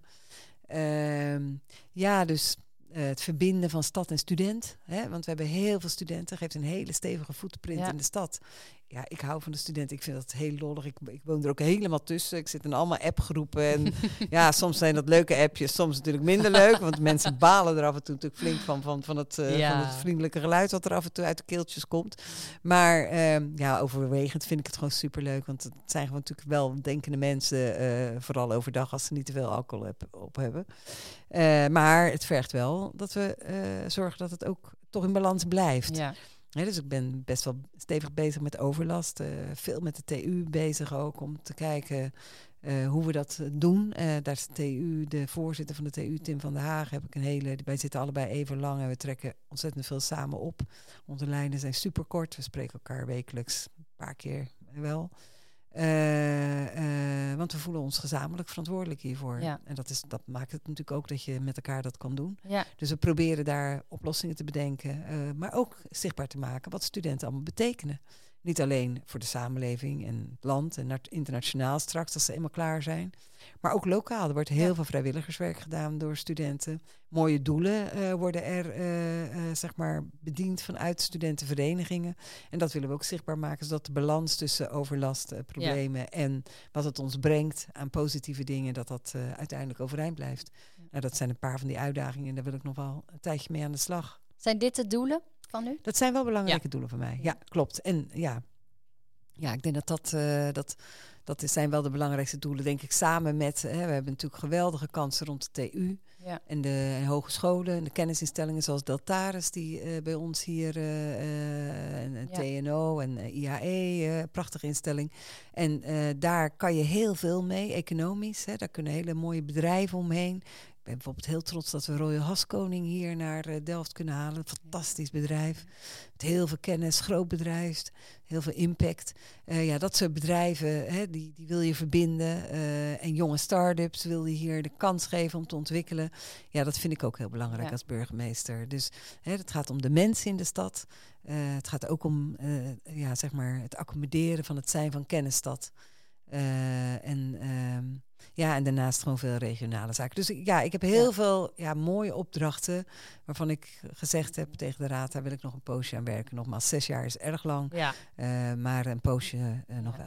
B: Uh, ja, dus... Uh, het verbinden van stad en student. Hè? Want we hebben heel veel studenten. Geeft een hele stevige footprint ja. in de stad. Ja, ik hou van de studenten. Ik vind dat heel lollig. Ik, ik woon er ook helemaal tussen. Ik zit in allemaal appgroepen. En ja, soms zijn dat leuke appjes. Soms natuurlijk minder leuk. Want mensen balen er af en toe natuurlijk flink van. Van, van, het, uh, ja. van het vriendelijke geluid wat er af en toe uit de keeltjes komt. Maar uh, ja, overwegend vind ik het gewoon superleuk. Want het zijn gewoon natuurlijk wel denkende mensen. Uh, vooral overdag als ze niet te veel alcohol heb, op hebben. Uh, maar het vergt wel dat we uh, zorgen dat het ook toch in balans blijft. Ja. Ja, dus ik ben best wel stevig bezig met overlast. Uh, veel met de T U bezig ook om te kijken uh, hoe we dat doen. Uh, daar is de T U, de voorzitter van de T U, Tim van der Haag, heb ik een hele. Wij zitten allebei even lang en we trekken ontzettend veel samen op. Onze lijnen zijn super kort. We spreken elkaar wekelijks een paar keer wel. Uh, uh, want we voelen ons gezamenlijk verantwoordelijk hiervoor. Ja. En dat, is, dat maakt het natuurlijk ook dat je met elkaar dat kan doen. Ja. Dus we proberen daar oplossingen te bedenken. Uh, maar ook zichtbaar te maken wat studenten allemaal betekenen. Niet alleen voor de samenleving en het land en internationaal straks als ze eenmaal klaar zijn. Maar ook lokaal. Er wordt heel ja. veel vrijwilligerswerk gedaan door studenten. Mooie doelen uh, worden er uh, uh, zeg maar bediend vanuit studentenverenigingen. En dat willen we ook zichtbaar maken. Zodat de balans tussen overlast, uh, problemen ja. en wat het ons brengt aan positieve dingen, dat dat uh, uiteindelijk overeind blijft. Ja. Nou, dat zijn een paar van die uitdagingen. En daar wil ik nog wel een tijdje mee aan de slag.
A: Zijn dit de doelen van u?
B: Dat zijn wel belangrijke ja. doelen van mij. Ja, klopt. En ja, ja ik denk dat dat... Uh, dat Dat zijn wel de belangrijkste doelen, denk ik, samen met... Hè, we hebben natuurlijk geweldige kansen rond de T U ja. en de en hogescholen en de kennisinstellingen zoals Deltares, die uh, bij ons hier, uh, uh, en, en ja. T N O en uh, I A E, uh, prachtige instelling. En uh, daar kan je heel veel mee, economisch. Hè, daar kunnen hele mooie bedrijven omheen. Ik ben bijvoorbeeld heel trots dat we Royal Haskoning hier naar uh, Delft kunnen halen. Een fantastisch bedrijf. Met heel veel kennis, groot bedrijf, heel veel impact. Uh, ja, dat soort bedrijven, hè, die, die wil je verbinden. Uh, en jonge start-ups wil je hier de kans geven om te ontwikkelen. Ja, dat vind ik ook heel belangrijk ja. als burgemeester. Dus hè, het gaat om de mensen in de stad. Uh, het gaat ook om uh, ja, zeg maar het accommoderen van het zijn van kennisstad. Uh, en... Uh, Ja, en daarnaast gewoon veel regionale zaken. Dus ja, ik heb heel ja. veel ja, mooie opdrachten waarvan ik gezegd heb tegen de raad, daar wil ik nog een poosje aan werken. Nogmaals, zes jaar is erg lang, ja. uh, maar een poosje uh, nog ja. wel.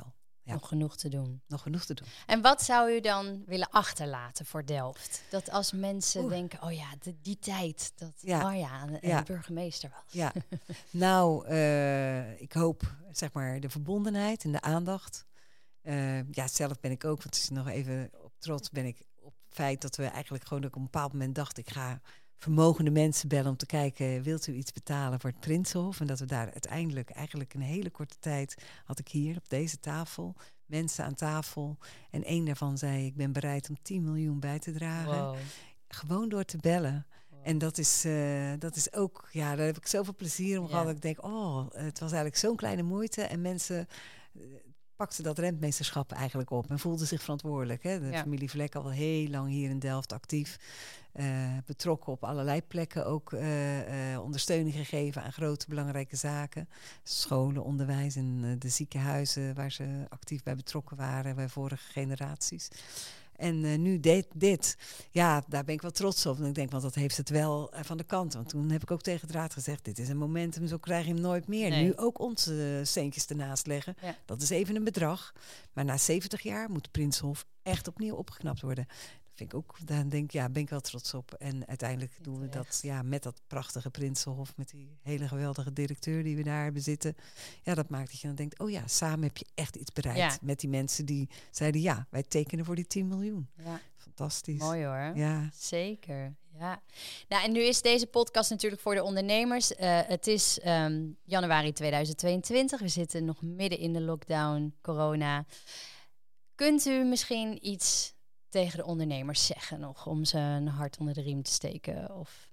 B: ja.
A: Nog genoeg te doen.
B: Nog genoeg te doen.
A: En wat zou u dan willen achterlaten voor Delft? Dat als mensen
B: Oeh.
A: denken, oh ja, de, die tijd dat
B: Ja.
A: Marja een,
B: Ja.
A: een burgemeester was.
B: Ja, nou, uh, ik hoop zeg maar de verbondenheid en de aandacht. Uh, ja, zelf ben ik ook, want is nog even op trots ben ik op het feit dat we eigenlijk gewoon op een bepaald moment dachten, ik ga vermogende mensen bellen om te kijken, wilt u iets betalen voor het Prinsenhof? En dat we daar uiteindelijk eigenlijk een hele korte tijd had ik hier op deze tafel mensen aan tafel. En één daarvan zei, ik ben bereid om tien miljoen bij te dragen.
A: Wow.
B: Gewoon door te bellen. Wow. En dat is, uh, dat is ook, ja, daar heb ik zoveel plezier om ja. gehad. Dat ik denk, oh, het was eigenlijk zo'n kleine moeite. En mensen uh, pakten dat rentmeesterschap eigenlijk op en voelden zich verantwoordelijk. Hè? De ja. familie Vlek al wel heel lang hier in Delft actief. Uh, betrokken op allerlei plekken, ook uh, uh, ondersteuning gegeven aan grote belangrijke zaken. Scholen, onderwijs en uh, de ziekenhuizen waar ze actief bij betrokken waren bij vorige generaties. En uh, nu dit, dit, ja, daar ben ik wel trots op. En ik denk, want dat heeft het wel uh, van de kant. Want toen heb ik ook tegen de raad gezegd, dit is een momentum, zo krijg je hem nooit meer. Nee. Nu ook onze steentjes ernaast leggen. Ja. Dat is even een bedrag. Maar na zeventig jaar moet de Prinsenhof echt opnieuw opgeknapt worden. Vind ik ook, daar denk ik, ja, ben ik wel trots op. En uiteindelijk doen we dat ja, met dat prachtige Prinsenhof, met die hele geweldige directeur die we daar hebben zitten. Ja, dat maakt dat je dan denkt, oh ja, samen heb je echt iets bereikt. Ja. Met die mensen die zeiden, ja, wij tekenen voor die tien miljoen. Ja. Fantastisch.
A: Mooi hoor.
B: Ja.
A: Zeker. Ja. Nou, en nu is deze podcast natuurlijk voor de ondernemers. Uh, het is um, januari tweeduizend tweeëntwintig. We zitten nog midden in de lockdown, corona. Kunt u misschien iets tegen de ondernemers zeggen nog, om ze een hart onder de riem te steken? Of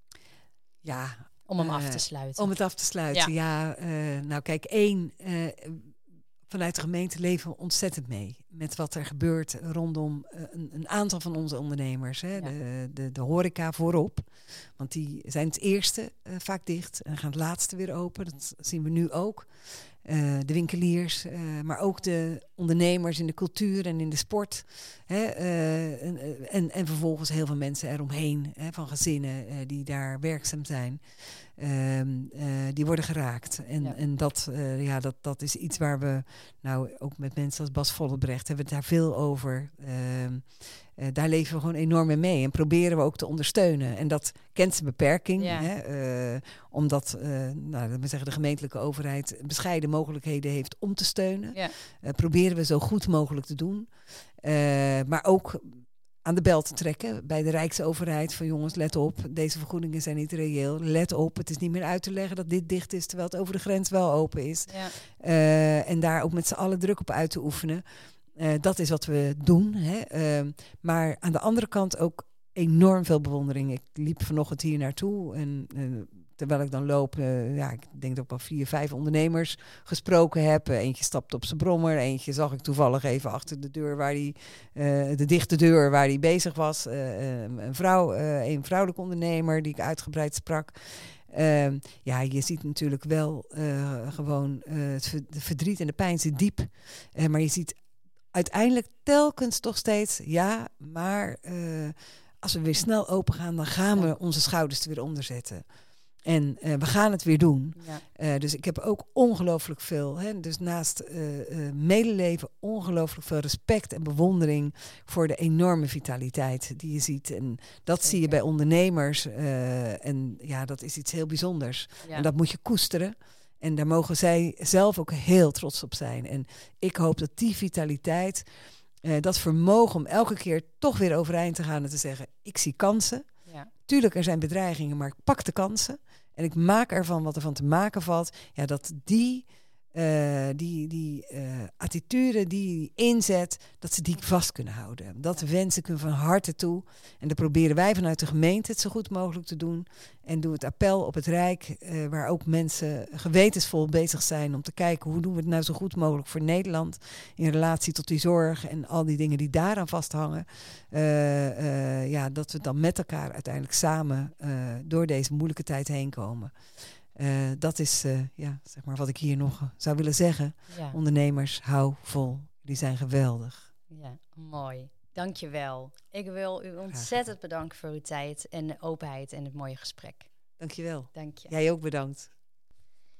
B: ja,
A: om hem
B: uh,
A: af te sluiten.
B: Om het af te sluiten, ja. ja uh, nou kijk, één, uh, vanuit de gemeente leven we ontzettend mee met wat er gebeurt rondom uh, een, een aantal van onze ondernemers. Hè. Ja. De, de, de horeca voorop, want die zijn het eerste uh, vaak dicht en gaan het laatste weer open. Dat zien we nu ook. Uh, de winkeliers, uh, maar ook de ondernemers in de cultuur en in de sport. Hè, uh, en, en, en vervolgens heel veel mensen eromheen, hè, van gezinnen uh, die daar werkzaam zijn. Uh, uh, die worden geraakt. En, ja. en dat, uh, ja, dat, dat is iets waar we, nou ook met mensen als Bas Vollebrecht, hebben we het daar veel over. Uh, Uh, daar leven we gewoon enorm in mee en proberen we ook te ondersteunen. En dat kent zijn beperking, ja. hè, uh, omdat uh, nou, we zeggen, de gemeentelijke overheid bescheiden mogelijkheden heeft om te steunen. Ja. Uh, proberen we zo goed mogelijk te doen. Uh, maar ook aan de bel te trekken bij de Rijksoverheid van jongens, let op, deze vergoedingen zijn niet reëel. Let op, het is niet meer uit te leggen dat dit dicht is, terwijl het over de grens wel open is. Ja. Uh, en daar ook met z'n allen druk op uit te oefenen. Uh, dat is wat we doen. Hè. Uh, maar aan de andere kant ook enorm veel bewondering. Ik liep vanochtend hier naartoe en uh, terwijl ik dan loop, uh, ja, ik denk dat ik al vier, vijf ondernemers gesproken heb. Uh, eentje stapte op zijn brommer, eentje zag ik toevallig even achter de deur waar die, uh, de dichte deur waar hij bezig was. Uh, een vrouw, uh, een vrouwelijke ondernemer die ik uitgebreid sprak. Uh, ja, je ziet natuurlijk wel uh, gewoon uh, het de verdriet en de pijn zit diep. Uh, maar je ziet uiteindelijk telkens toch steeds, ja, maar uh, als we weer snel open gaan, dan gaan we onze schouders er weer onder zetten. En uh, we gaan het weer doen. Ja. Uh, dus ik heb ook ongelooflijk veel, hè, dus naast uh, uh, medeleven, ongelooflijk veel respect en bewondering voor de enorme vitaliteit die je ziet. En dat Zeker. Zie je bij ondernemers. Uh, en ja, dat is iets heel bijzonders. Ja. En dat moet je koesteren. En daar mogen zij zelf ook heel trots op zijn. En ik hoop dat die vitaliteit, uh, dat vermogen om elke keer toch weer overeind te gaan en te zeggen, ik zie kansen. Ja. Tuurlijk, er zijn bedreigingen, maar ik pak de kansen. En ik maak ervan wat er van te maken valt. Ja, dat die, uh, die, die uh, attitude, die inzet, dat ze die vast kunnen houden. Dat ja. wens ik hun van harte toe. En dan proberen wij vanuit de gemeente het zo goed mogelijk te doen. En doe het appel op het Rijk, uh, waar ook mensen gewetensvol bezig zijn om te kijken hoe doen we het nou zo goed mogelijk voor Nederland in relatie tot die zorg en al die dingen die daaraan vasthangen. Uh, uh, ja, dat we dan met elkaar uiteindelijk samen uh, door deze moeilijke tijd heen komen. Uh, dat is uh, ja, zeg maar wat ik hier nog uh, zou willen zeggen. Ja. Ondernemers, hou vol. Die zijn geweldig.
A: Ja, mooi. Dank je wel. Ik wil u ontzettend bedanken voor uw tijd en de openheid en het mooie gesprek.
B: Dank je wel.
A: Dank je.
B: Jij ook bedankt.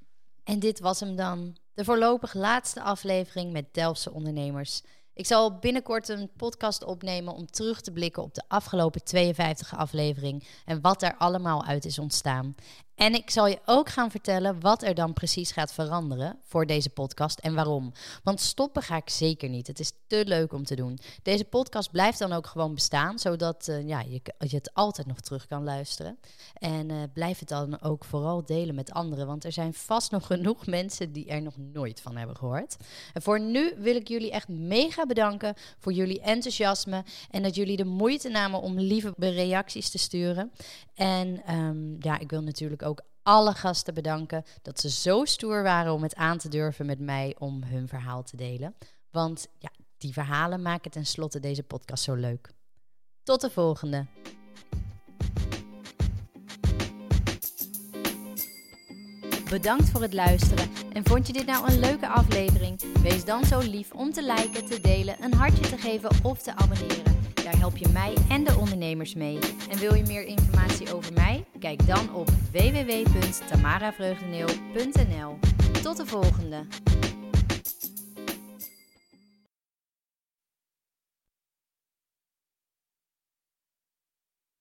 A: En dit was hem dan. De voorlopig laatste aflevering met Delftse ondernemers. Ik zal binnenkort een podcast opnemen om terug te blikken op de afgelopen tweeënvijftigste aflevering en wat er allemaal uit is ontstaan. En ik zal je ook gaan vertellen wat er dan precies gaat veranderen voor deze podcast en waarom. Want stoppen ga ik zeker niet. Het is te leuk om te doen. Deze podcast blijft dan ook gewoon bestaan, zodat uh, ja, je, je het altijd nog terug kan luisteren. En uh, blijf het dan ook vooral delen met anderen, want er zijn vast nog genoeg mensen die er nog nooit van hebben gehoord. En voor nu wil ik jullie echt mega bedanken voor jullie enthousiasme en dat jullie de moeite namen om lieve reacties te sturen. En um, ja, ik wil natuurlijk ook alle gasten bedanken dat ze zo stoer waren om het aan te durven met mij om hun verhaal te delen. Want ja, die verhalen maken tenslotte deze podcast zo leuk. Tot de volgende. Bedankt voor het luisteren. En vond je dit nou een leuke aflevering? Wees dan zo lief om te liken, te delen, een hartje te geven of te abonneren. Daar help je mij en de ondernemers mee. En wil je meer informatie over mij? Kijk dan op w w w punt tamara vreugdeneel punt n l. Tot de volgende!